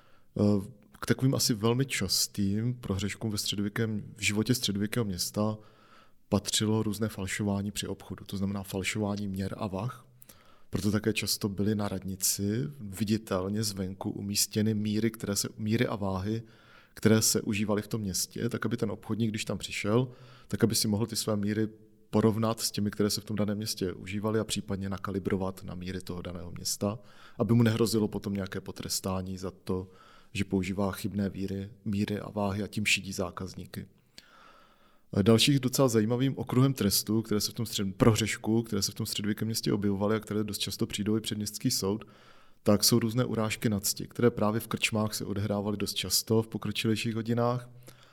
Speaker 2: k takovým asi velmi častým prohřeškům ve středověkém, v životě středověkého města patřilo různé falšování při obchodu, to znamená falšování měr a vah. Proto také často byly na radnici viditelně zvenku umístěny míry, které se, míry a váhy, které se užívaly v tom městě, tak aby ten obchodník, když tam přišel, tak aby si mohl ty své míry porovnat s těmi, které se v tom daném městě užívaly a případně nakalibrovat na míry toho daného města, aby mu nehrozilo potom nějaké potrestání za to, že používá chybné víry, míry a váhy a tím šidí zákazníky. Dalších docela zajímavým okruhem trestů, které se v tom střed... prohřešku, které se v tom středověkém městě objevovaly a které dost často přijdou i před městský soud, tak jsou různé urážky na cti, které právě v krčmách se odehrávaly dost často v pokročilejších hodinách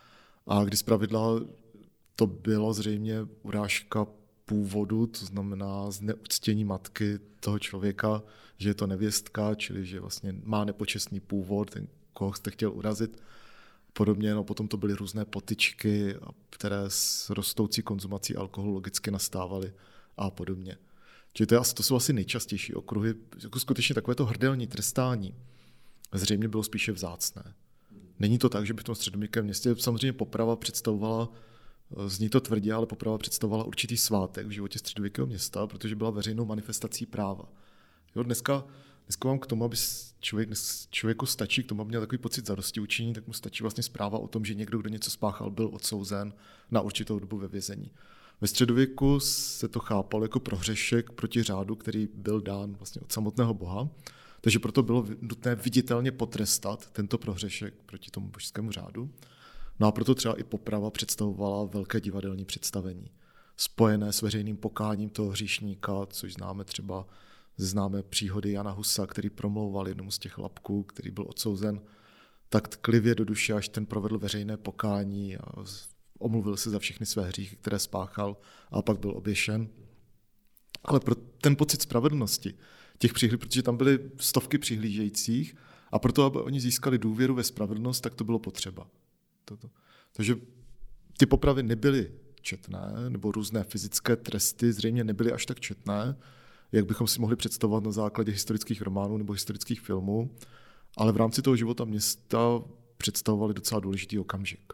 Speaker 2: a kdy zpravidla to bylo zřejmě urážka původu, to znamená zneuctění matky toho člověka, že je to nevěstka, čili že vlastně má nepočestný původ, ten, koho jste chtěl urazit. Podobně, no potom to byly různé potyčky, které s rostoucí konzumací alkoholu logicky nastávaly a podobně. Čili to, je, to jsou asi nejčastější okruhy. Jako skutečně takovéto hrdelní trestání zřejmě bylo spíše vzácné. Není to tak, že by v tom středověkém městě samozřejmě poprava představovala, zní to tvrdě, ale poprava představovala určitý svátek v životě středověkého města, protože byla veřejnou manifestací práva. Jo, dneska Dneska vám k tomu, aby člověk, člověku stačí k tomu, aby měl takový pocit zadostiučinění, tak mu stačí vlastně zpráva o tom, že někdo, kdo něco spáchal, byl odsouzen na určitou dobu ve vězení. Ve středověku se to chápalo jako prohřešek proti řádu, který byl dán vlastně od samotného Boha, takže proto bylo nutné viditelně potrestat tento prohřešek proti tomu božskému řádu. No a proto třeba i poprava představovala velké divadelní představení, spojené s veřejným pokáním toho hříšníka, což známe třeba známe příhody Jana Husa, který promlouval jednomu z těch lapků, který byl odsouzen tak tklivě do duše, až ten provedl veřejné pokání a omluvil se za všechny své hříchy, které spáchal a pak byl oběšen. Ale pro ten pocit spravedlnosti, těch přihlí, protože tam byly stovky přihlížejících a proto, aby oni získali důvěru ve spravedlnost, tak to bylo potřeba. Toto. Takže ty popravy nebyly četné, nebo různé fyzické tresty zřejmě nebyly až tak četné, jak bychom si mohli představovat na základě historických románů nebo historických filmů, ale v rámci toho života města představovali docela důležitý okamžik.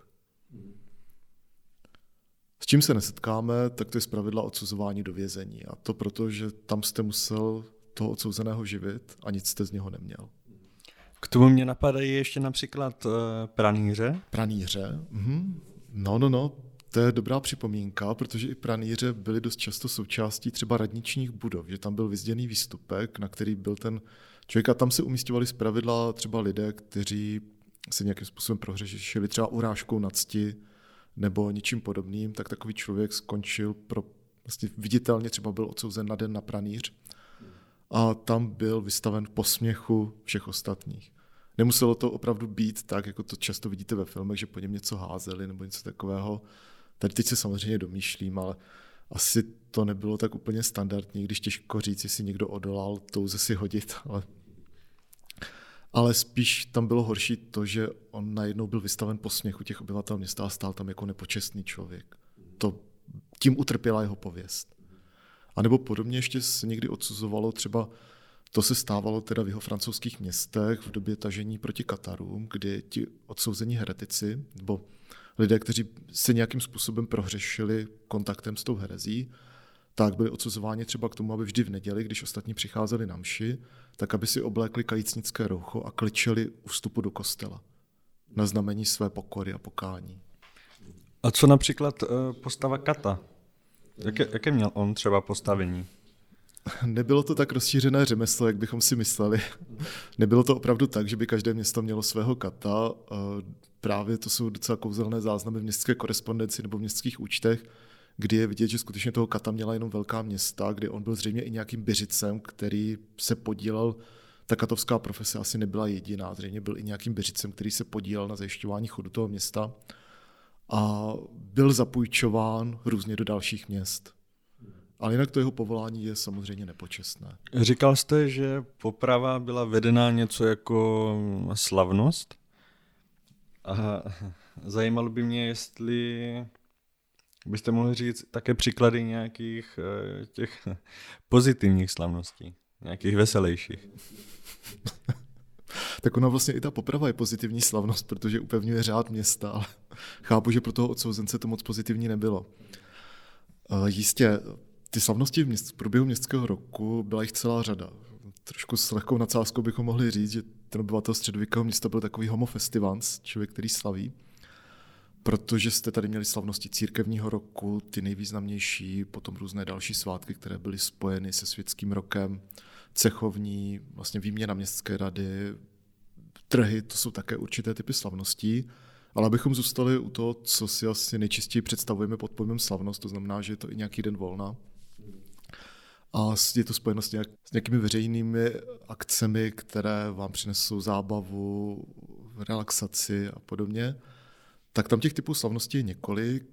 Speaker 2: S čím se nesetkáme, tak to je zpravidla odsuzování do vězení. A to proto, že tam jste musel toho odsouzeného živit a nic jste z něho neměl.
Speaker 1: K tomu mě napadají ještě například uh, pranýře.
Speaker 2: Pranýře? Mhm. No, no, no. To je dobrá připomínka, protože i pranýře byly dost často součástí třeba radničních budov, že tam byl vyzděný výstupek, na který byl ten člověk a tam se umísťovali zpravidla třeba lidé, kteří se nějakým způsobem prohřešili třeba urážkou na cti nebo něčím podobným, tak takový člověk skončil pro, vlastně viditelně třeba byl odsouzen na den na pranýř a tam byl vystaven posměchu všech ostatních. Nemuselo to opravdu být tak, jako to často vidíte ve filmech, že po něm něco házeli nebo něco takového. Tady teď se samozřejmě domýšlím, ale asi to nebylo tak úplně standardní, když těžko říct, jestli někdo odolal touze si hodit. Ale, ale spíš tam bylo horší to, že on najednou byl vystaven posměchu těch obyvatel města a stál tam jako nepočestný člověk. To, tím utrpěla jeho pověst. A nebo podobně ještě se někdy odsuzovalo třeba, to se stávalo teda v jeho francouzských městech v době tažení proti Katarům, kdy ti odsouzení heretici, nebo lidé, kteří se nějakým způsobem prohřešili kontaktem s tou herezí, tak byli odsuzováni třeba k tomu, aby vždy v neděli, když ostatní přicházeli na mši, tak aby si oblékli kajícnické roucho a kličeli u vstupu do kostela na znamení své pokory a pokání.
Speaker 1: A co například uh, postava Kata? Jaké, jaké měl on třeba postavení?
Speaker 2: Nebylo to tak rozšířené řemeslo, jak bychom si mysleli. Nebylo to opravdu tak, že by každé město mělo svého Kata. Právě to jsou docela kouzelné záznamy v městské korespondenci nebo v městských účtech, kdy je vidět, že skutečně toho Kata měla jenom velká města, kdy on byl zřejmě i nějakým běžicem, který se podílel. Ta katovská profese asi nebyla jediná, zřejmě byl i nějakým běžicem, který se podílel na zajišťování chodu toho města a byl zapůjčován různě do dalších měst. Ale jinak to jeho povolání je samozřejmě nepočestné.
Speaker 1: Říkal jste, že poprava byla vedená něco jako slavnost? A zajímalo by mě, jestli byste mohli říct také příklady nějakých těch pozitivních slavností, nějakých veselějších.
Speaker 2: Tak ona vlastně i ta poprava je pozitivní slavnost, protože upevňuje řád města, ale chápu, že pro toho odsouzence to moc pozitivní nebylo. Jistě, ty slavnosti v, měst, v průběhu městského roku byla jich celá řada. Trošku s lehkou nadsázkou bychom mohli říct, že ten obyvatel středověkého města byl takový homo festivans, člověk, který slaví, protože jste tady měli slavnosti církevního roku, ty nejvýznamnější, potom různé další svátky, které byly spojeny se světským rokem, cechovní, vlastně výměna městské rady, trhy, to jsou také určité typy slavností, ale abychom zůstali u toho, co si asi nejčastěji představujeme pod pojmem slavnost, to znamená, že je to i nějaký den volna. A je to spojeno s, nějak, s nějakými veřejnými akcemi, které vám přinesou zábavu, relaxaci a podobně. Tak tam těch typů slavností je několik.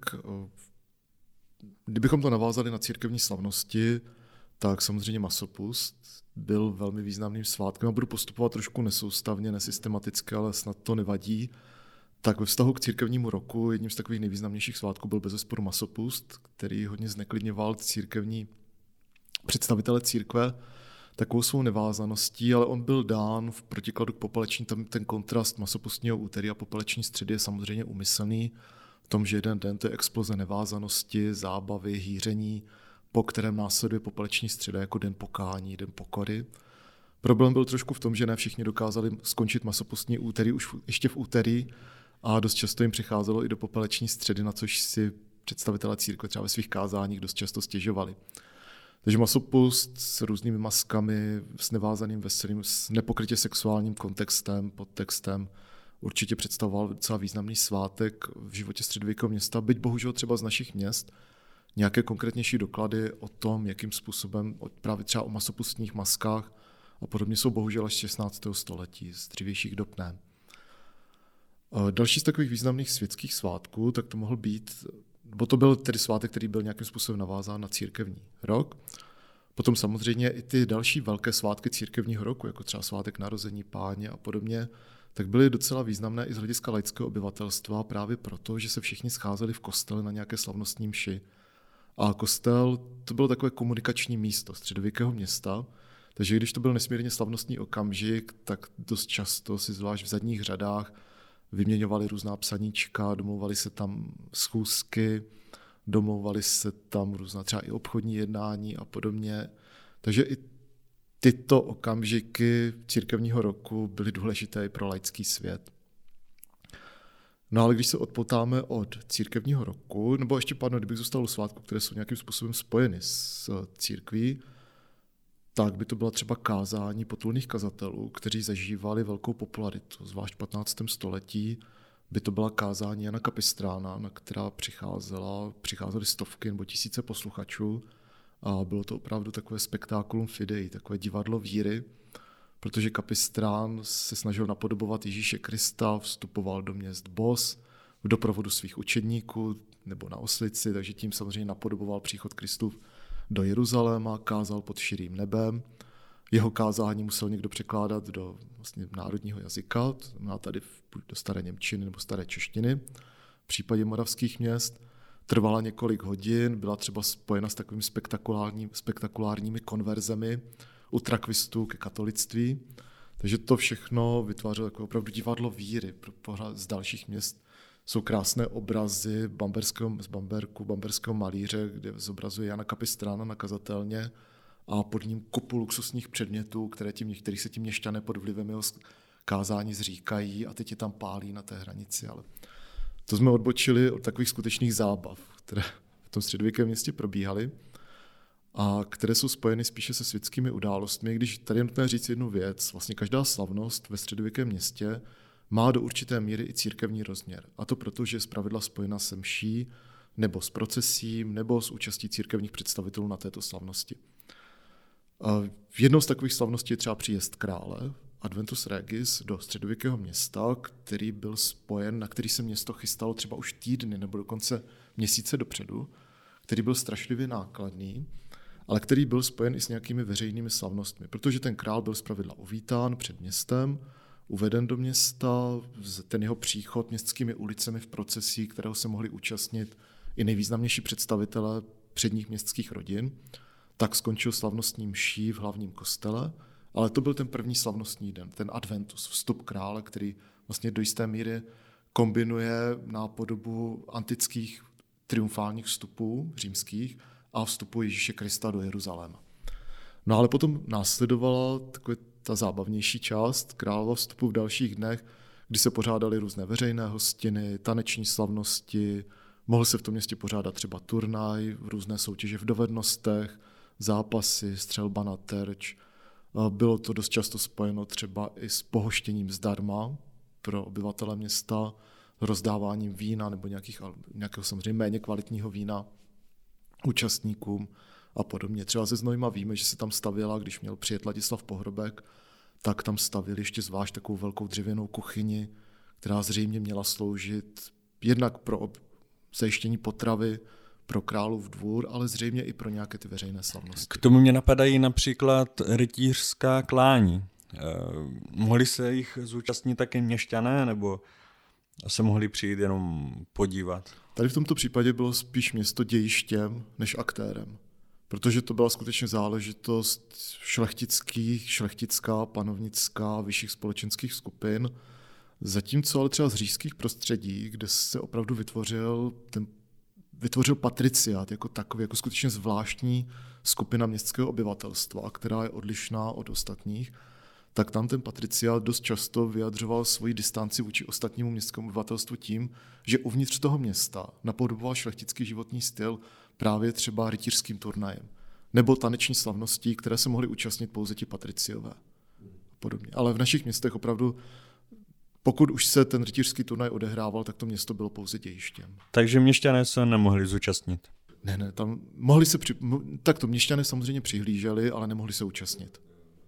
Speaker 2: Kdybychom to navázali na církevní slavnosti, tak samozřejmě masopust byl velmi významným svátkem a budu postupovat trošku nesoustavně, nesystematicky, ale snad to nevadí. Tak ve vztahu k církevnímu roku jedním z takových nejvýznamnějších svátků byl bezesporu masopust, který hodně zneklidňoval církevní představitele církve takovou svou nevázaností, ale on byl dán v protikladu k popeleční, tam ten kontrast masopustního úterý a popeleční středy je samozřejmě úmyslný v tom, že jeden den to je exploze nevázanosti, zábavy, hýření, po kterém následuje popeleční středa jako den pokání, den pokory. Problém byl trošku v tom, že ne všichni dokázali skončit masopustní úterý už ještě v úterý a dost často jim přicházelo i do popeleční středy, na což si představitelé církve třeba ve svých kázáních dost často stěžovali. Takže masopust s různými maskami, s nevázaným veselým, s nepokrytě sexuálním kontextem, podtextem určitě představoval docela významný svátek v životě středověkého města, byť bohužel třeba z našich měst nějaké konkrétnější doklady o tom, jakým způsobem právě třeba o masopustních maskách a podobně jsou bohužel až z šestnáctého století, z dřívějších dob ne. Další z takových významných světských svátků, tak to mohl být, bo to byl tedy svátek, který byl nějakým způsobem navázán na církevní rok. Potom samozřejmě i ty další velké svátky církevního roku, jako třeba svátek narození Páně a podobně, tak byly docela významné i z hlediska laického obyvatelstva právě proto, že se všichni scházeli v kostele na nějaké slavnostní mši. A kostel to bylo takové komunikační místo středověkého města, takže když to byl nesmírně slavnostní okamžik, tak dost často si zvlášť v zadních řadách vyměňovali různá psaníčka, domlouvali se tam schůzky, domlouvali se tam různá třeba i obchodní jednání a podobně. Takže i tyto okamžiky církevního roku byly důležité i pro laický svět. No ale když se odpoutáme od církevního roku, nebo ještě pardon, kdybych zůstal u svátků, které jsou nějakým způsobem spojeny s církví, tak by to byla třeba kázání potulných kazatelů, kteří zažívali velkou popularitu, zvlášť v patnáctém století by to byla kázání Jana Kapistrána, na která přicházela, přicházely stovky nebo tisíce posluchačů a bylo to opravdu takové spektákulum fidei, takové divadlo víry, protože Kapistrán se snažil napodobovat Ježíše Krista, vstupoval do měst bos v doprovodu svých učedníků nebo na oslici, takže tím samozřejmě napodoboval příchod Kristův do Jeruzaléma, kázal pod širým nebem. Jeho kázání musel někdo překládat do vlastně národního jazyka, to znamená tady do staré němčiny nebo staré češtiny. V případě moravských měst trvala několik hodin, byla třeba spojena s takovými spektakulární, spektakulárními konverzemi u trakvistů ke katolictví. Takže to všechno vytvářelo takové opravdu divadlo víry. Z dalších měst jsou krásné obrazy bamberského, z Bamberku, bamberského malíře, kde zobrazuje Jana Kapistrána nakazatelně a pod ním kupu luxusních předmětů, které tím, některý se tím měšťané pod vlivem jeho kázání zříkají a teď je tam pálí na té hranici. Ale to jsme odbočili od takových skutečných zábav, které v tom středověkém městě probíhaly a které jsou spojeny spíše se světskými událostmi, když tady je nutné říct jednu věc. Vlastně každá slavnost ve středověkém městě má do určité míry i církevní rozměr. A to proto, že je zpravidla spojena se mší, nebo s procesím, nebo s účastí církevních představitelů na této slavnosti. Jednou z takových slavností je třeba příjezd krále, Adventus Regis, do středověkého města, který byl spojen, na který se město chystalo třeba už týdny nebo dokonce měsíce dopředu, který byl strašlivě nákladný, ale který byl spojen i s nějakými veřejnými slavnostmi, protože ten král byl zpravidla uvítán před městem, uveden do města, ten jeho příchod městskými ulicemi v procesí, kterého se mohli účastnit i nejvýznamnější představitelé předních městských rodin, tak skončil slavnostní mší v hlavním kostele, ale to byl ten první slavnostní den, ten adventus, vstup krále, který vlastně do jisté míry kombinuje nápodobu antických triumfálních vstupů římských a vstupu Ježíše Krista do Jeruzaléma. No ale potom následovala takové ta zábavnější část králova vstupu v dalších dnech, kdy se pořádaly různé veřejné hostiny, taneční slavnosti, mohl se v tom městě pořádat třeba turnaj, různé soutěže v dovednostech, zápasy, střelba na terč. Bylo to dost často spojeno třeba i s pohoštěním zdarma pro obyvatele města, rozdáváním vína nebo nějakých, nějakého samozřejmě méně kvalitního vína účastníkům a podobně. Třeba ze Znojma víme, že se tam stavěla, když měl přijet Ladislav Pohrobek, tak tam stavili ještě zvlášť takovou velkou dřevěnou kuchyni, která zřejmě měla sloužit jednak pro zajištění potravy pro králův dvůr, ale zřejmě i pro nějaké ty veřejné slavnosti.
Speaker 1: K tomu mě napadají například rytířská klání. Eh, mohli se jich zúčastnit také měšťané, nebo se mohli přijít jenom podívat?
Speaker 2: Tady v tomto případě bylo spíš město dějištěm než aktérem, protože to byla skutečně záležitost šlechtických, šlechtická, panovnická, vyšších společenských skupin, zatímco ale třeba z říšských prostředí, kde se opravdu vytvořil ten vytvořil patriciát jako takový, jako skutečně zvláštní skupina městského obyvatelstva, která je odlišná od ostatních, tak tam ten patriciát dost často vyjadřoval svoji distanci vůči ostatnímu městskému obyvatelstvu tím, že uvnitř toho města napodoboval šlechtický životní styl právě třeba rytířským turnajem nebo taneční slavností, které se mohly účastnit pouze ti patriciové. Podobně. Ale v našich městech opravdu pokud už se ten rytířský turnaj odehrával, tak to město bylo pouze dějištěm.
Speaker 1: Takže měšťané se nemohli zúčastnit?
Speaker 2: Ne, ne, tam mohli se, při... tak to měšťané samozřejmě přihlíželi, ale nemohli se účastnit.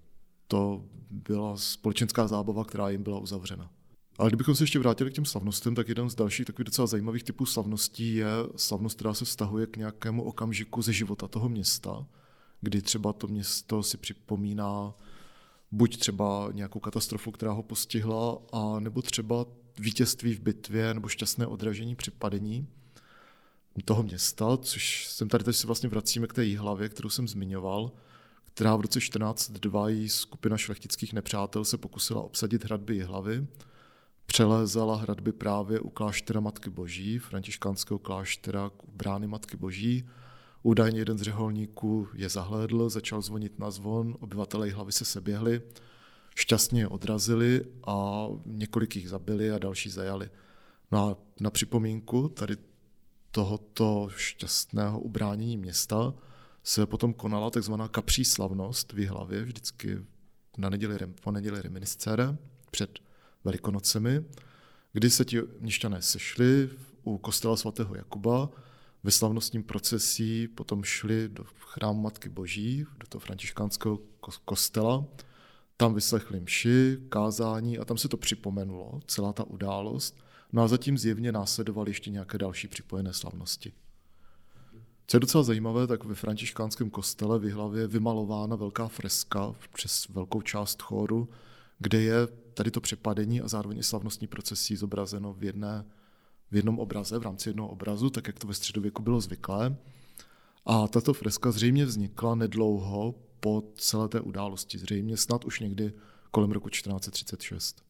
Speaker 2: To byla společenská zábava, která jim byla uzavřena. Ale kdybychom se ještě vrátili k těm slavnostem, tak jeden z dalších takových docela zajímavých typů slavností je slavnost, která se vztahuje k nějakému okamžiku ze života toho města, kdy třeba to město si připomíná buď třeba nějakou katastrofu, která ho postihla, a nebo třeba vítězství v bitvě nebo šťastné odražení při padení toho města, což jsem tady teď si vlastně vracíme k té Jihlavě, kterou jsem zmiňoval, která v roce čtrnáct dva jí skupina šlechtických nepřátel se pokusila obsadit hradby Jihlavy. Přelézala hradby právě u kláštera Matky Boží, františkánského kláštera u brány Matky Boží. Údajně jeden z řeholníků je zahlédl, začal zvonit na zvon, obyvatelé Jihlavy se seběhli, šťastně je odrazili a několik jich zabili a další zajali. No a na připomínku tady tohoto šťastného ubránění města se potom konala takzvaná kapří slavnost v Jihlavě, vždycky na neděli, po neděli reminiscere před Velikonocemi, kdy se ti měšťané sešli u kostela svatého Jakuba, ve slavnostním procesí potom šli do chrámu Matky Boží, do toho františkánského kostela, tam vyslechli mši, kázání a tam se to připomenulo, celá ta událost, no a zatím zjevně následovaly ještě nějaké další připojené slavnosti. Co je docela zajímavé, tak ve františkánském kostele v Jihlavě je vymalována velká freska přes velkou část chóru, kde je tady to přepadení a zároveň i slavnostní procesí zobrazeno v, jedné, v jednom obraze, v rámci jednoho obrazu, tak jak to ve středověku bylo zvyklé. A tato freska zřejmě vznikla nedlouho po celé té události, zřejmě snad už někdy kolem roku čtrnáct set třicet šest.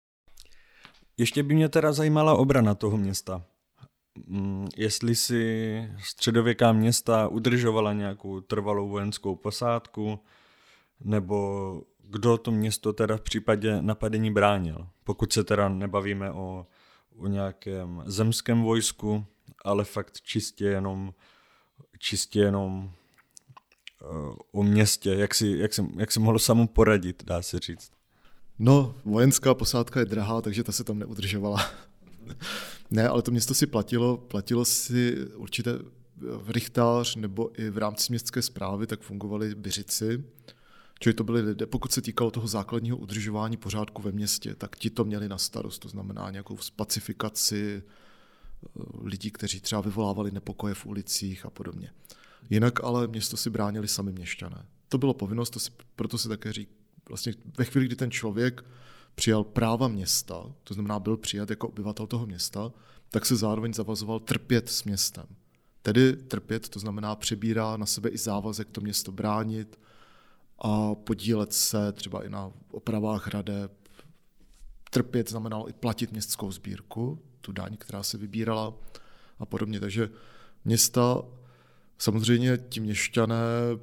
Speaker 1: Ještě by mě teda zajímala obrana toho města. Jestli si středověká města udržovala nějakou trvalou vojenskou posádku, nebo kdo to město teda v případě napadení bránil. Pokud se teda nebavíme o, o nějakém zemském vojsku, ale fakt čistě jenom, čistě jenom uh, o městě, jak si, jak, si, jak si mohlo samu poradit, dá se říct.
Speaker 2: No, vojenská posádka je drahá, takže ta se tam neudržovala. Ne, ale to město si platilo, platilo si určité rychtář nebo i v rámci městské správy, tak fungovali byřici, čili to byli lidé, pokud se týkalo toho základního udržování pořádku ve městě, tak ti to měli na starost, to znamená nějakou pacifikaci lidí, kteří třeba vyvolávali nepokoje v ulicích a podobně. Jinak ale město si bránili sami měšťané. To bylo povinnost, to si, proto se také říká, vlastně ve chvíli, kdy ten člověk přijal práva města, to znamená byl přijat jako obyvatel toho města, tak se zároveň zavazoval trpět s městem. Tedy trpět, to znamená přebírá na sebe i závazek to město bránit a podílet se třeba i na opravách hradeb. Trpět znamenalo i platit městskou sbírku, tu daň, která se vybírala a podobně. Takže města, samozřejmě ti měšťané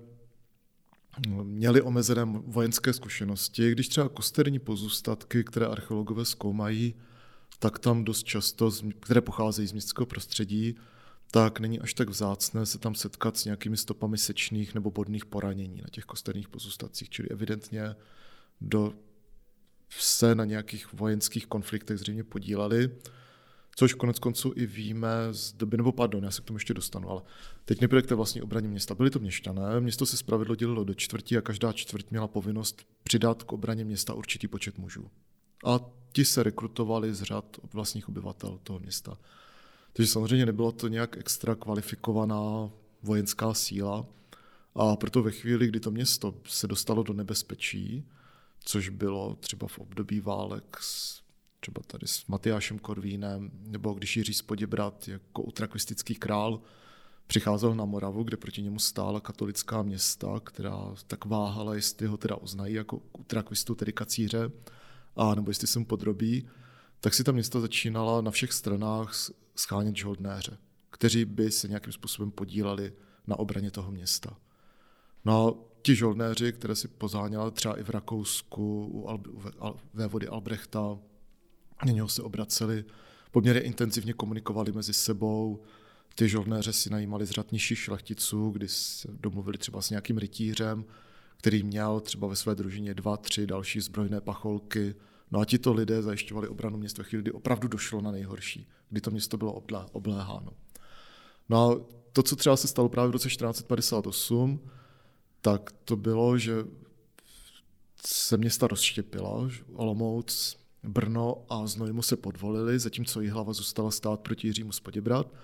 Speaker 2: měli omezené vojenské zkušenosti. Když třeba kosterní pozůstatky, které archeologové zkoumají, tak tam dost často, které pocházejí z městského prostředí, tak není až tak vzácné se tam setkat s nějakými stopami sečných nebo bodných poranění na těch kosterních pozůstatcích. Čili evidentně do, se na nějakých vojenských konfliktech zřejmě podíleli, což konec konců i víme z doby, nebo pardon, já se k tomu ještě dostanu, ale teď nejprve k té vlastní obraně města. Byli to měšťané, město se zpravidlo dělilo do čtvrtí a každá čtvrť měla povinnost přidat k obraně města určitý počet mužů. A ti se rekrutovali z řad vlastních obyvatel toho města. Takže samozřejmě nebyla to nějak extra kvalifikovaná vojenská síla a proto ve chvíli, kdy to město se dostalo do nebezpečí, což bylo třeba v období válek s, třeba tady s Matyášem Korvínem, nebo když Jiří z Poděbrad jako utrakvistický král přicházel na Moravu, kde proti němu stála katolická města, která tak váhala, jestli ho teda uznají jako utrakvistu, tedy kacíře, a nebo jestli se mu podrobí, tak si ta města začínala na všech stranách schánět žoldnéře, kteří by se nějakým způsobem podíleli na obraně toho města. No a ti žoldnéři, které si pozáněla třeba i v Rakousku u, Al- u Al- vévody Albrechta, na něho se obraceli, poměrně intenzivně komunikovali mezi sebou, ty žoldnéře si najímali z řad nižších šlechticů, kdy se domluvili třeba s nějakým rytířem, který měl třeba ve své družině dva, tři další zbrojné pacholky. No a tito lidé zajišťovali obranu města ve chvíli, kdy opravdu došlo na nejhorší, kdy to město bylo oblé, obléháno. No a to, co třeba se stalo právě v roce čtrnáct set padesát osm, tak to bylo, že se města rozštěpila, Olomouc, Brno a Znojmo se podvolili, zatímco Jihlava zůstala stát proti Jiřímu z Poděbrad.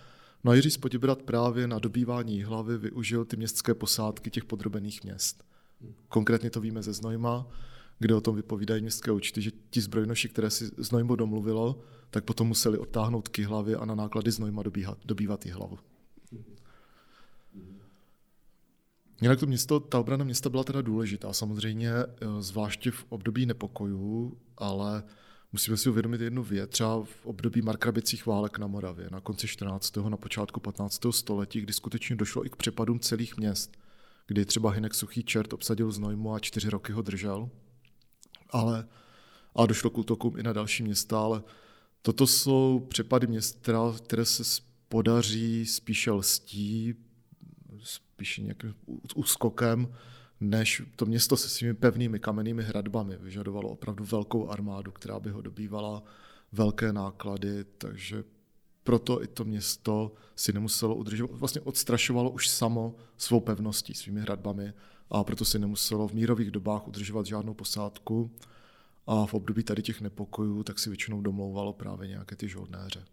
Speaker 2: No a Jiří z Poděbrad právě na dobývání Jihlavy využil ty městské posádky těch podrobených měst. Konkrétně to víme ze Znojma, kde o tom vypovídají městské účty, že ti zbrojnoši, které si Znojmo domluvilo, tak potom museli odtáhnout k Jihlavě a na náklady Znojma dobíhat, dobývat Jihlavu. Jinak to město, ta obrana města byla teda důležitá, samozřejmě zvláště v období nepokojů, ale musíme si uvědomit jednu věc, třeba v období markrabicích válek na Moravě, na konci čtrnáctého na počátku patnáctého století, kdy skutečně došlo i k přepadům celých měst, kdy třeba Hynek Suchý Čert obsadil Znojmo a čtyři roky ho držel, ale a došlo k útokům i na další města, ale toto jsou přepady měst, které se podaří spíše lstí, spíše nějakým úskokem, než to město se svými pevnými kamennými hradbami vyžadovalo opravdu velkou armádu, která by ho dobývala, velké náklady, takže proto i to město si nemuselo udržovat, vlastně odstrašovalo už samo svou pevností, svými hradbami a proto si nemuselo v mírových dobách udržovat žádnou posádku a v období tady těch nepokojů tak si většinou domlouvalo právě nějaké ty žoldnéře,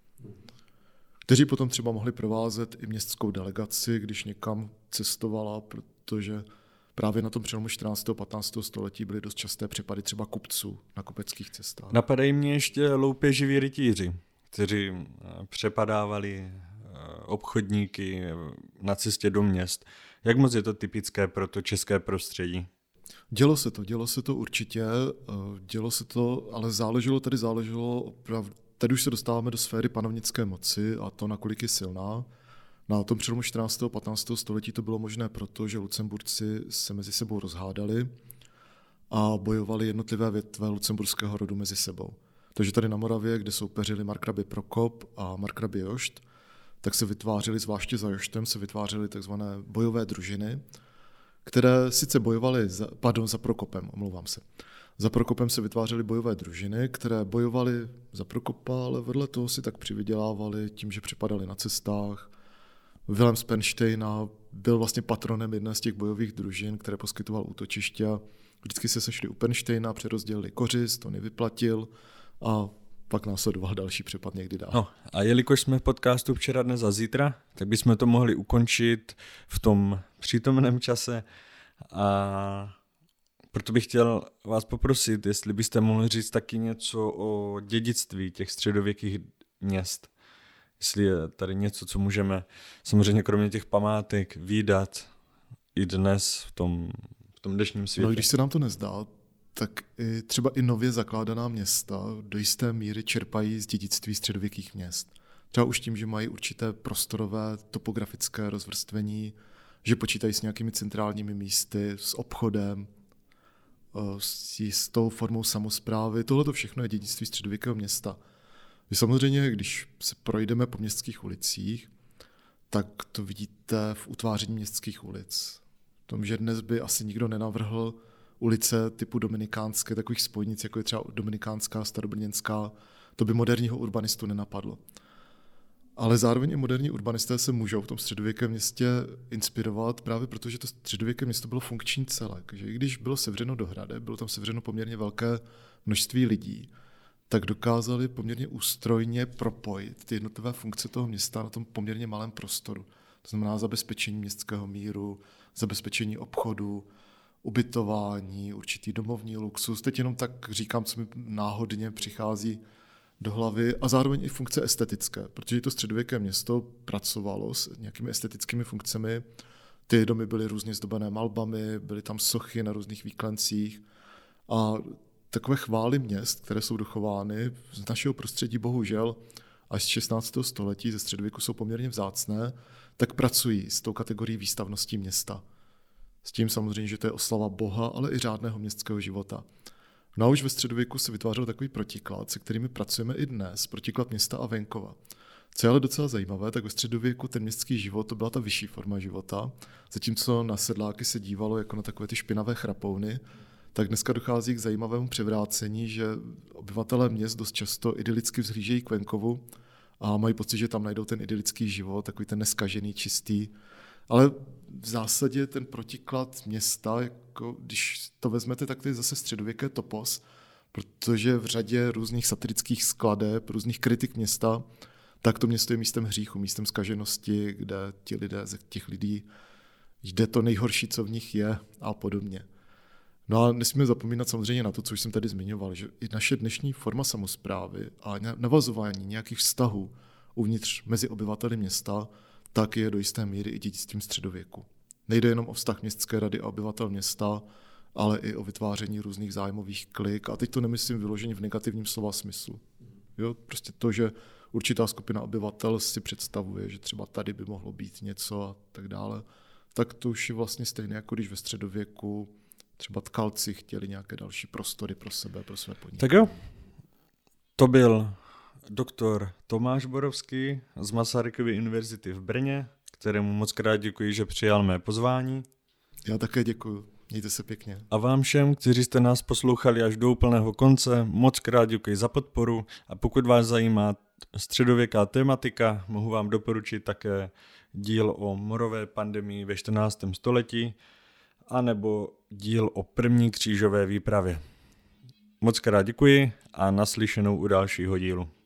Speaker 2: kteří potom třeba mohli provázet i městskou delegaci, když někam cestovala, protože právě na tom přelomu čtrnáctého a patnáctého století byly dost časté přepady třeba kupců na kupeckých cestách.
Speaker 1: Napadají mě ještě loupeživí rytíři, kteří přepadávali obchodníky na cestě do měst. Jak moc je to typické pro to české prostředí?
Speaker 2: Dělo se to, dělo se to určitě, dělo se to, ale záleželo, tady záleželo opravdu, tady už se dostáváme do sféry panovnické moci a to, nakolik je silná. Na tom přelomu čtrnáctého a patnáctého století to bylo možné proto, že Lucemburci se mezi sebou rozhádali a bojovali jednotlivé větve lucemburského rodu mezi sebou. Takže tady na Moravě, kde soupeřili markrabě Prokop a markrabě Jošt, tak se vytvářely, zvláště za Joštem, se vytvářely takzvané bojové družiny, které sice bojovaly, za, pardon, za Prokopem, omlouvám se. Za Prokopem se vytvářely bojové družiny, které bojovaly za Prokopa, ale vedle toho si tak přivydělávali tím, že připadali na cestách. Vilém z Pernštejna byl vlastně patronem jedné z těch bojových družin, které poskytoval útočiště. Vždycky se sešli u Pernštejna, přerozdělili kořist, on ji vyplatil a pak následoval další přepad někdy dál.
Speaker 1: No a jelikož jsme v podcastu Včera, dnes a zítra, tak bychom to mohli ukončit v tom přítomném čase a proto bych chtěl vás poprosit, jestli byste mohli říct taky něco o dědictví těch středověkých měst. Jestli je tady něco, co můžeme samozřejmě kromě těch památek vídat i dnes v tom, v tom dnešním světě.
Speaker 2: No, když se nám to nezdá, tak i třeba i nově zakládaná města do jisté míry čerpají z dědictví středověkých měst. Třeba už tím, že mají určité prostorové topografické rozvrstvení, že počítají s nějakými centrálními místy, s obchodem, s jistou formou samosprávy. Tohle to všechno je dědictví středověkého města. Vy samozřejmě, když se projdeme po městských ulicích, tak to vidíte v utváření městských ulic. V tom, že dnes by asi nikdo nenavrhl ulice typu dominikánské, takových spojnic, jako je třeba dominikánská, starobrněnská, to by moderního urbanistu nenapadlo. Ale zároveň i moderní urbanisté se můžou v tom středověkém městě inspirovat právě proto, že to středověké město bylo funkční celek. Že i když bylo sevřeno dohrady, bylo tam sevřeno poměrně velké množství lidí, tak dokázali poměrně ústrojně propojit ty jednotlivé funkce toho města na tom poměrně malém prostoru. To znamená zabezpečení městského míru, zabezpečení obchodu, ubytování, určitý domovní luxus. Teď jenom tak říkám, co mi náhodně přichází do hlavy a zároveň i funkce estetické, protože to středověké město pracovalo s nějakými estetickými funkcemi. Ty domy byly různě zdobené malbami, byly tam sochy na různých výklencích a takové chvály měst, které jsou dochovány z našeho prostředí bohužel až z šestnáctého století, ze středověku jsou poměrně vzácné, tak pracují s tou kategorií výstavnosti města. S tím samozřejmě, že to je oslava Boha, ale i řádného městského života. No a už ve středověku se vytvářel takový protiklad, se kterými pracujeme i dnes, protiklad města a venkova. Co je ale docela zajímavé, tak ve středověku ten městský život to byla ta vyšší forma života, zatímco na sedláky se dívalo jako na takové ty špinavé chrapouny, tak dneska dochází k zajímavému převrácení, že obyvatelé měst dost často idylicky vzhlížejí k venkovu a mají pocit, že tam najdou ten idylický život, takový ten neskažený, čistý. Ale v zásadě ten protiklad města, jako když to vezmete, tak to je zase středověké topos, protože v řadě různých satirických skladeb, různých kritik města, tak to město je místem hříchu, místem zkaženosti, kde ti lidé, ze těch lidí jde to nejhorší, co v nich je a podobně. No a nesmíme zapomínat samozřejmě na to, co už jsem tady zmiňoval, že i naše dnešní forma samosprávy a navazování nějakých vztahů uvnitř mezi obyvateli města, tak je do jisté míry i dědictvím středověku. Nejde jenom o vztah městské rady a obyvatel města, ale i o vytváření různých zájmových klik. A teď to nemyslím vyloženě v negativním slova smyslu. Jo, prostě to, že určitá skupina obyvatel si představuje, že třeba tady by mohlo být něco a tak dále, tak to už je vlastně stejné, jako když ve středověku třeba tkalci chtěli nějaké další prostory pro sebe, pro své podniky.
Speaker 1: Tak jo, to byl doktor Tomáš Borovský z Masarykovy univerzity v Brně, kterému moc krát děkuji, že přijal mé pozvání.
Speaker 2: Já také děkuji. Mějte se pěkně.
Speaker 1: A vám všem, kteří jste nás poslouchali až do úplného konce, moc krát děkuji za podporu a pokud vás zajímá středověká tematika, mohu vám doporučit také díl o morové pandemii ve čtrnáctém století anebo díl o první křížové výpravě. Moc krát děkuji a naslyšenou u dalšího dílu.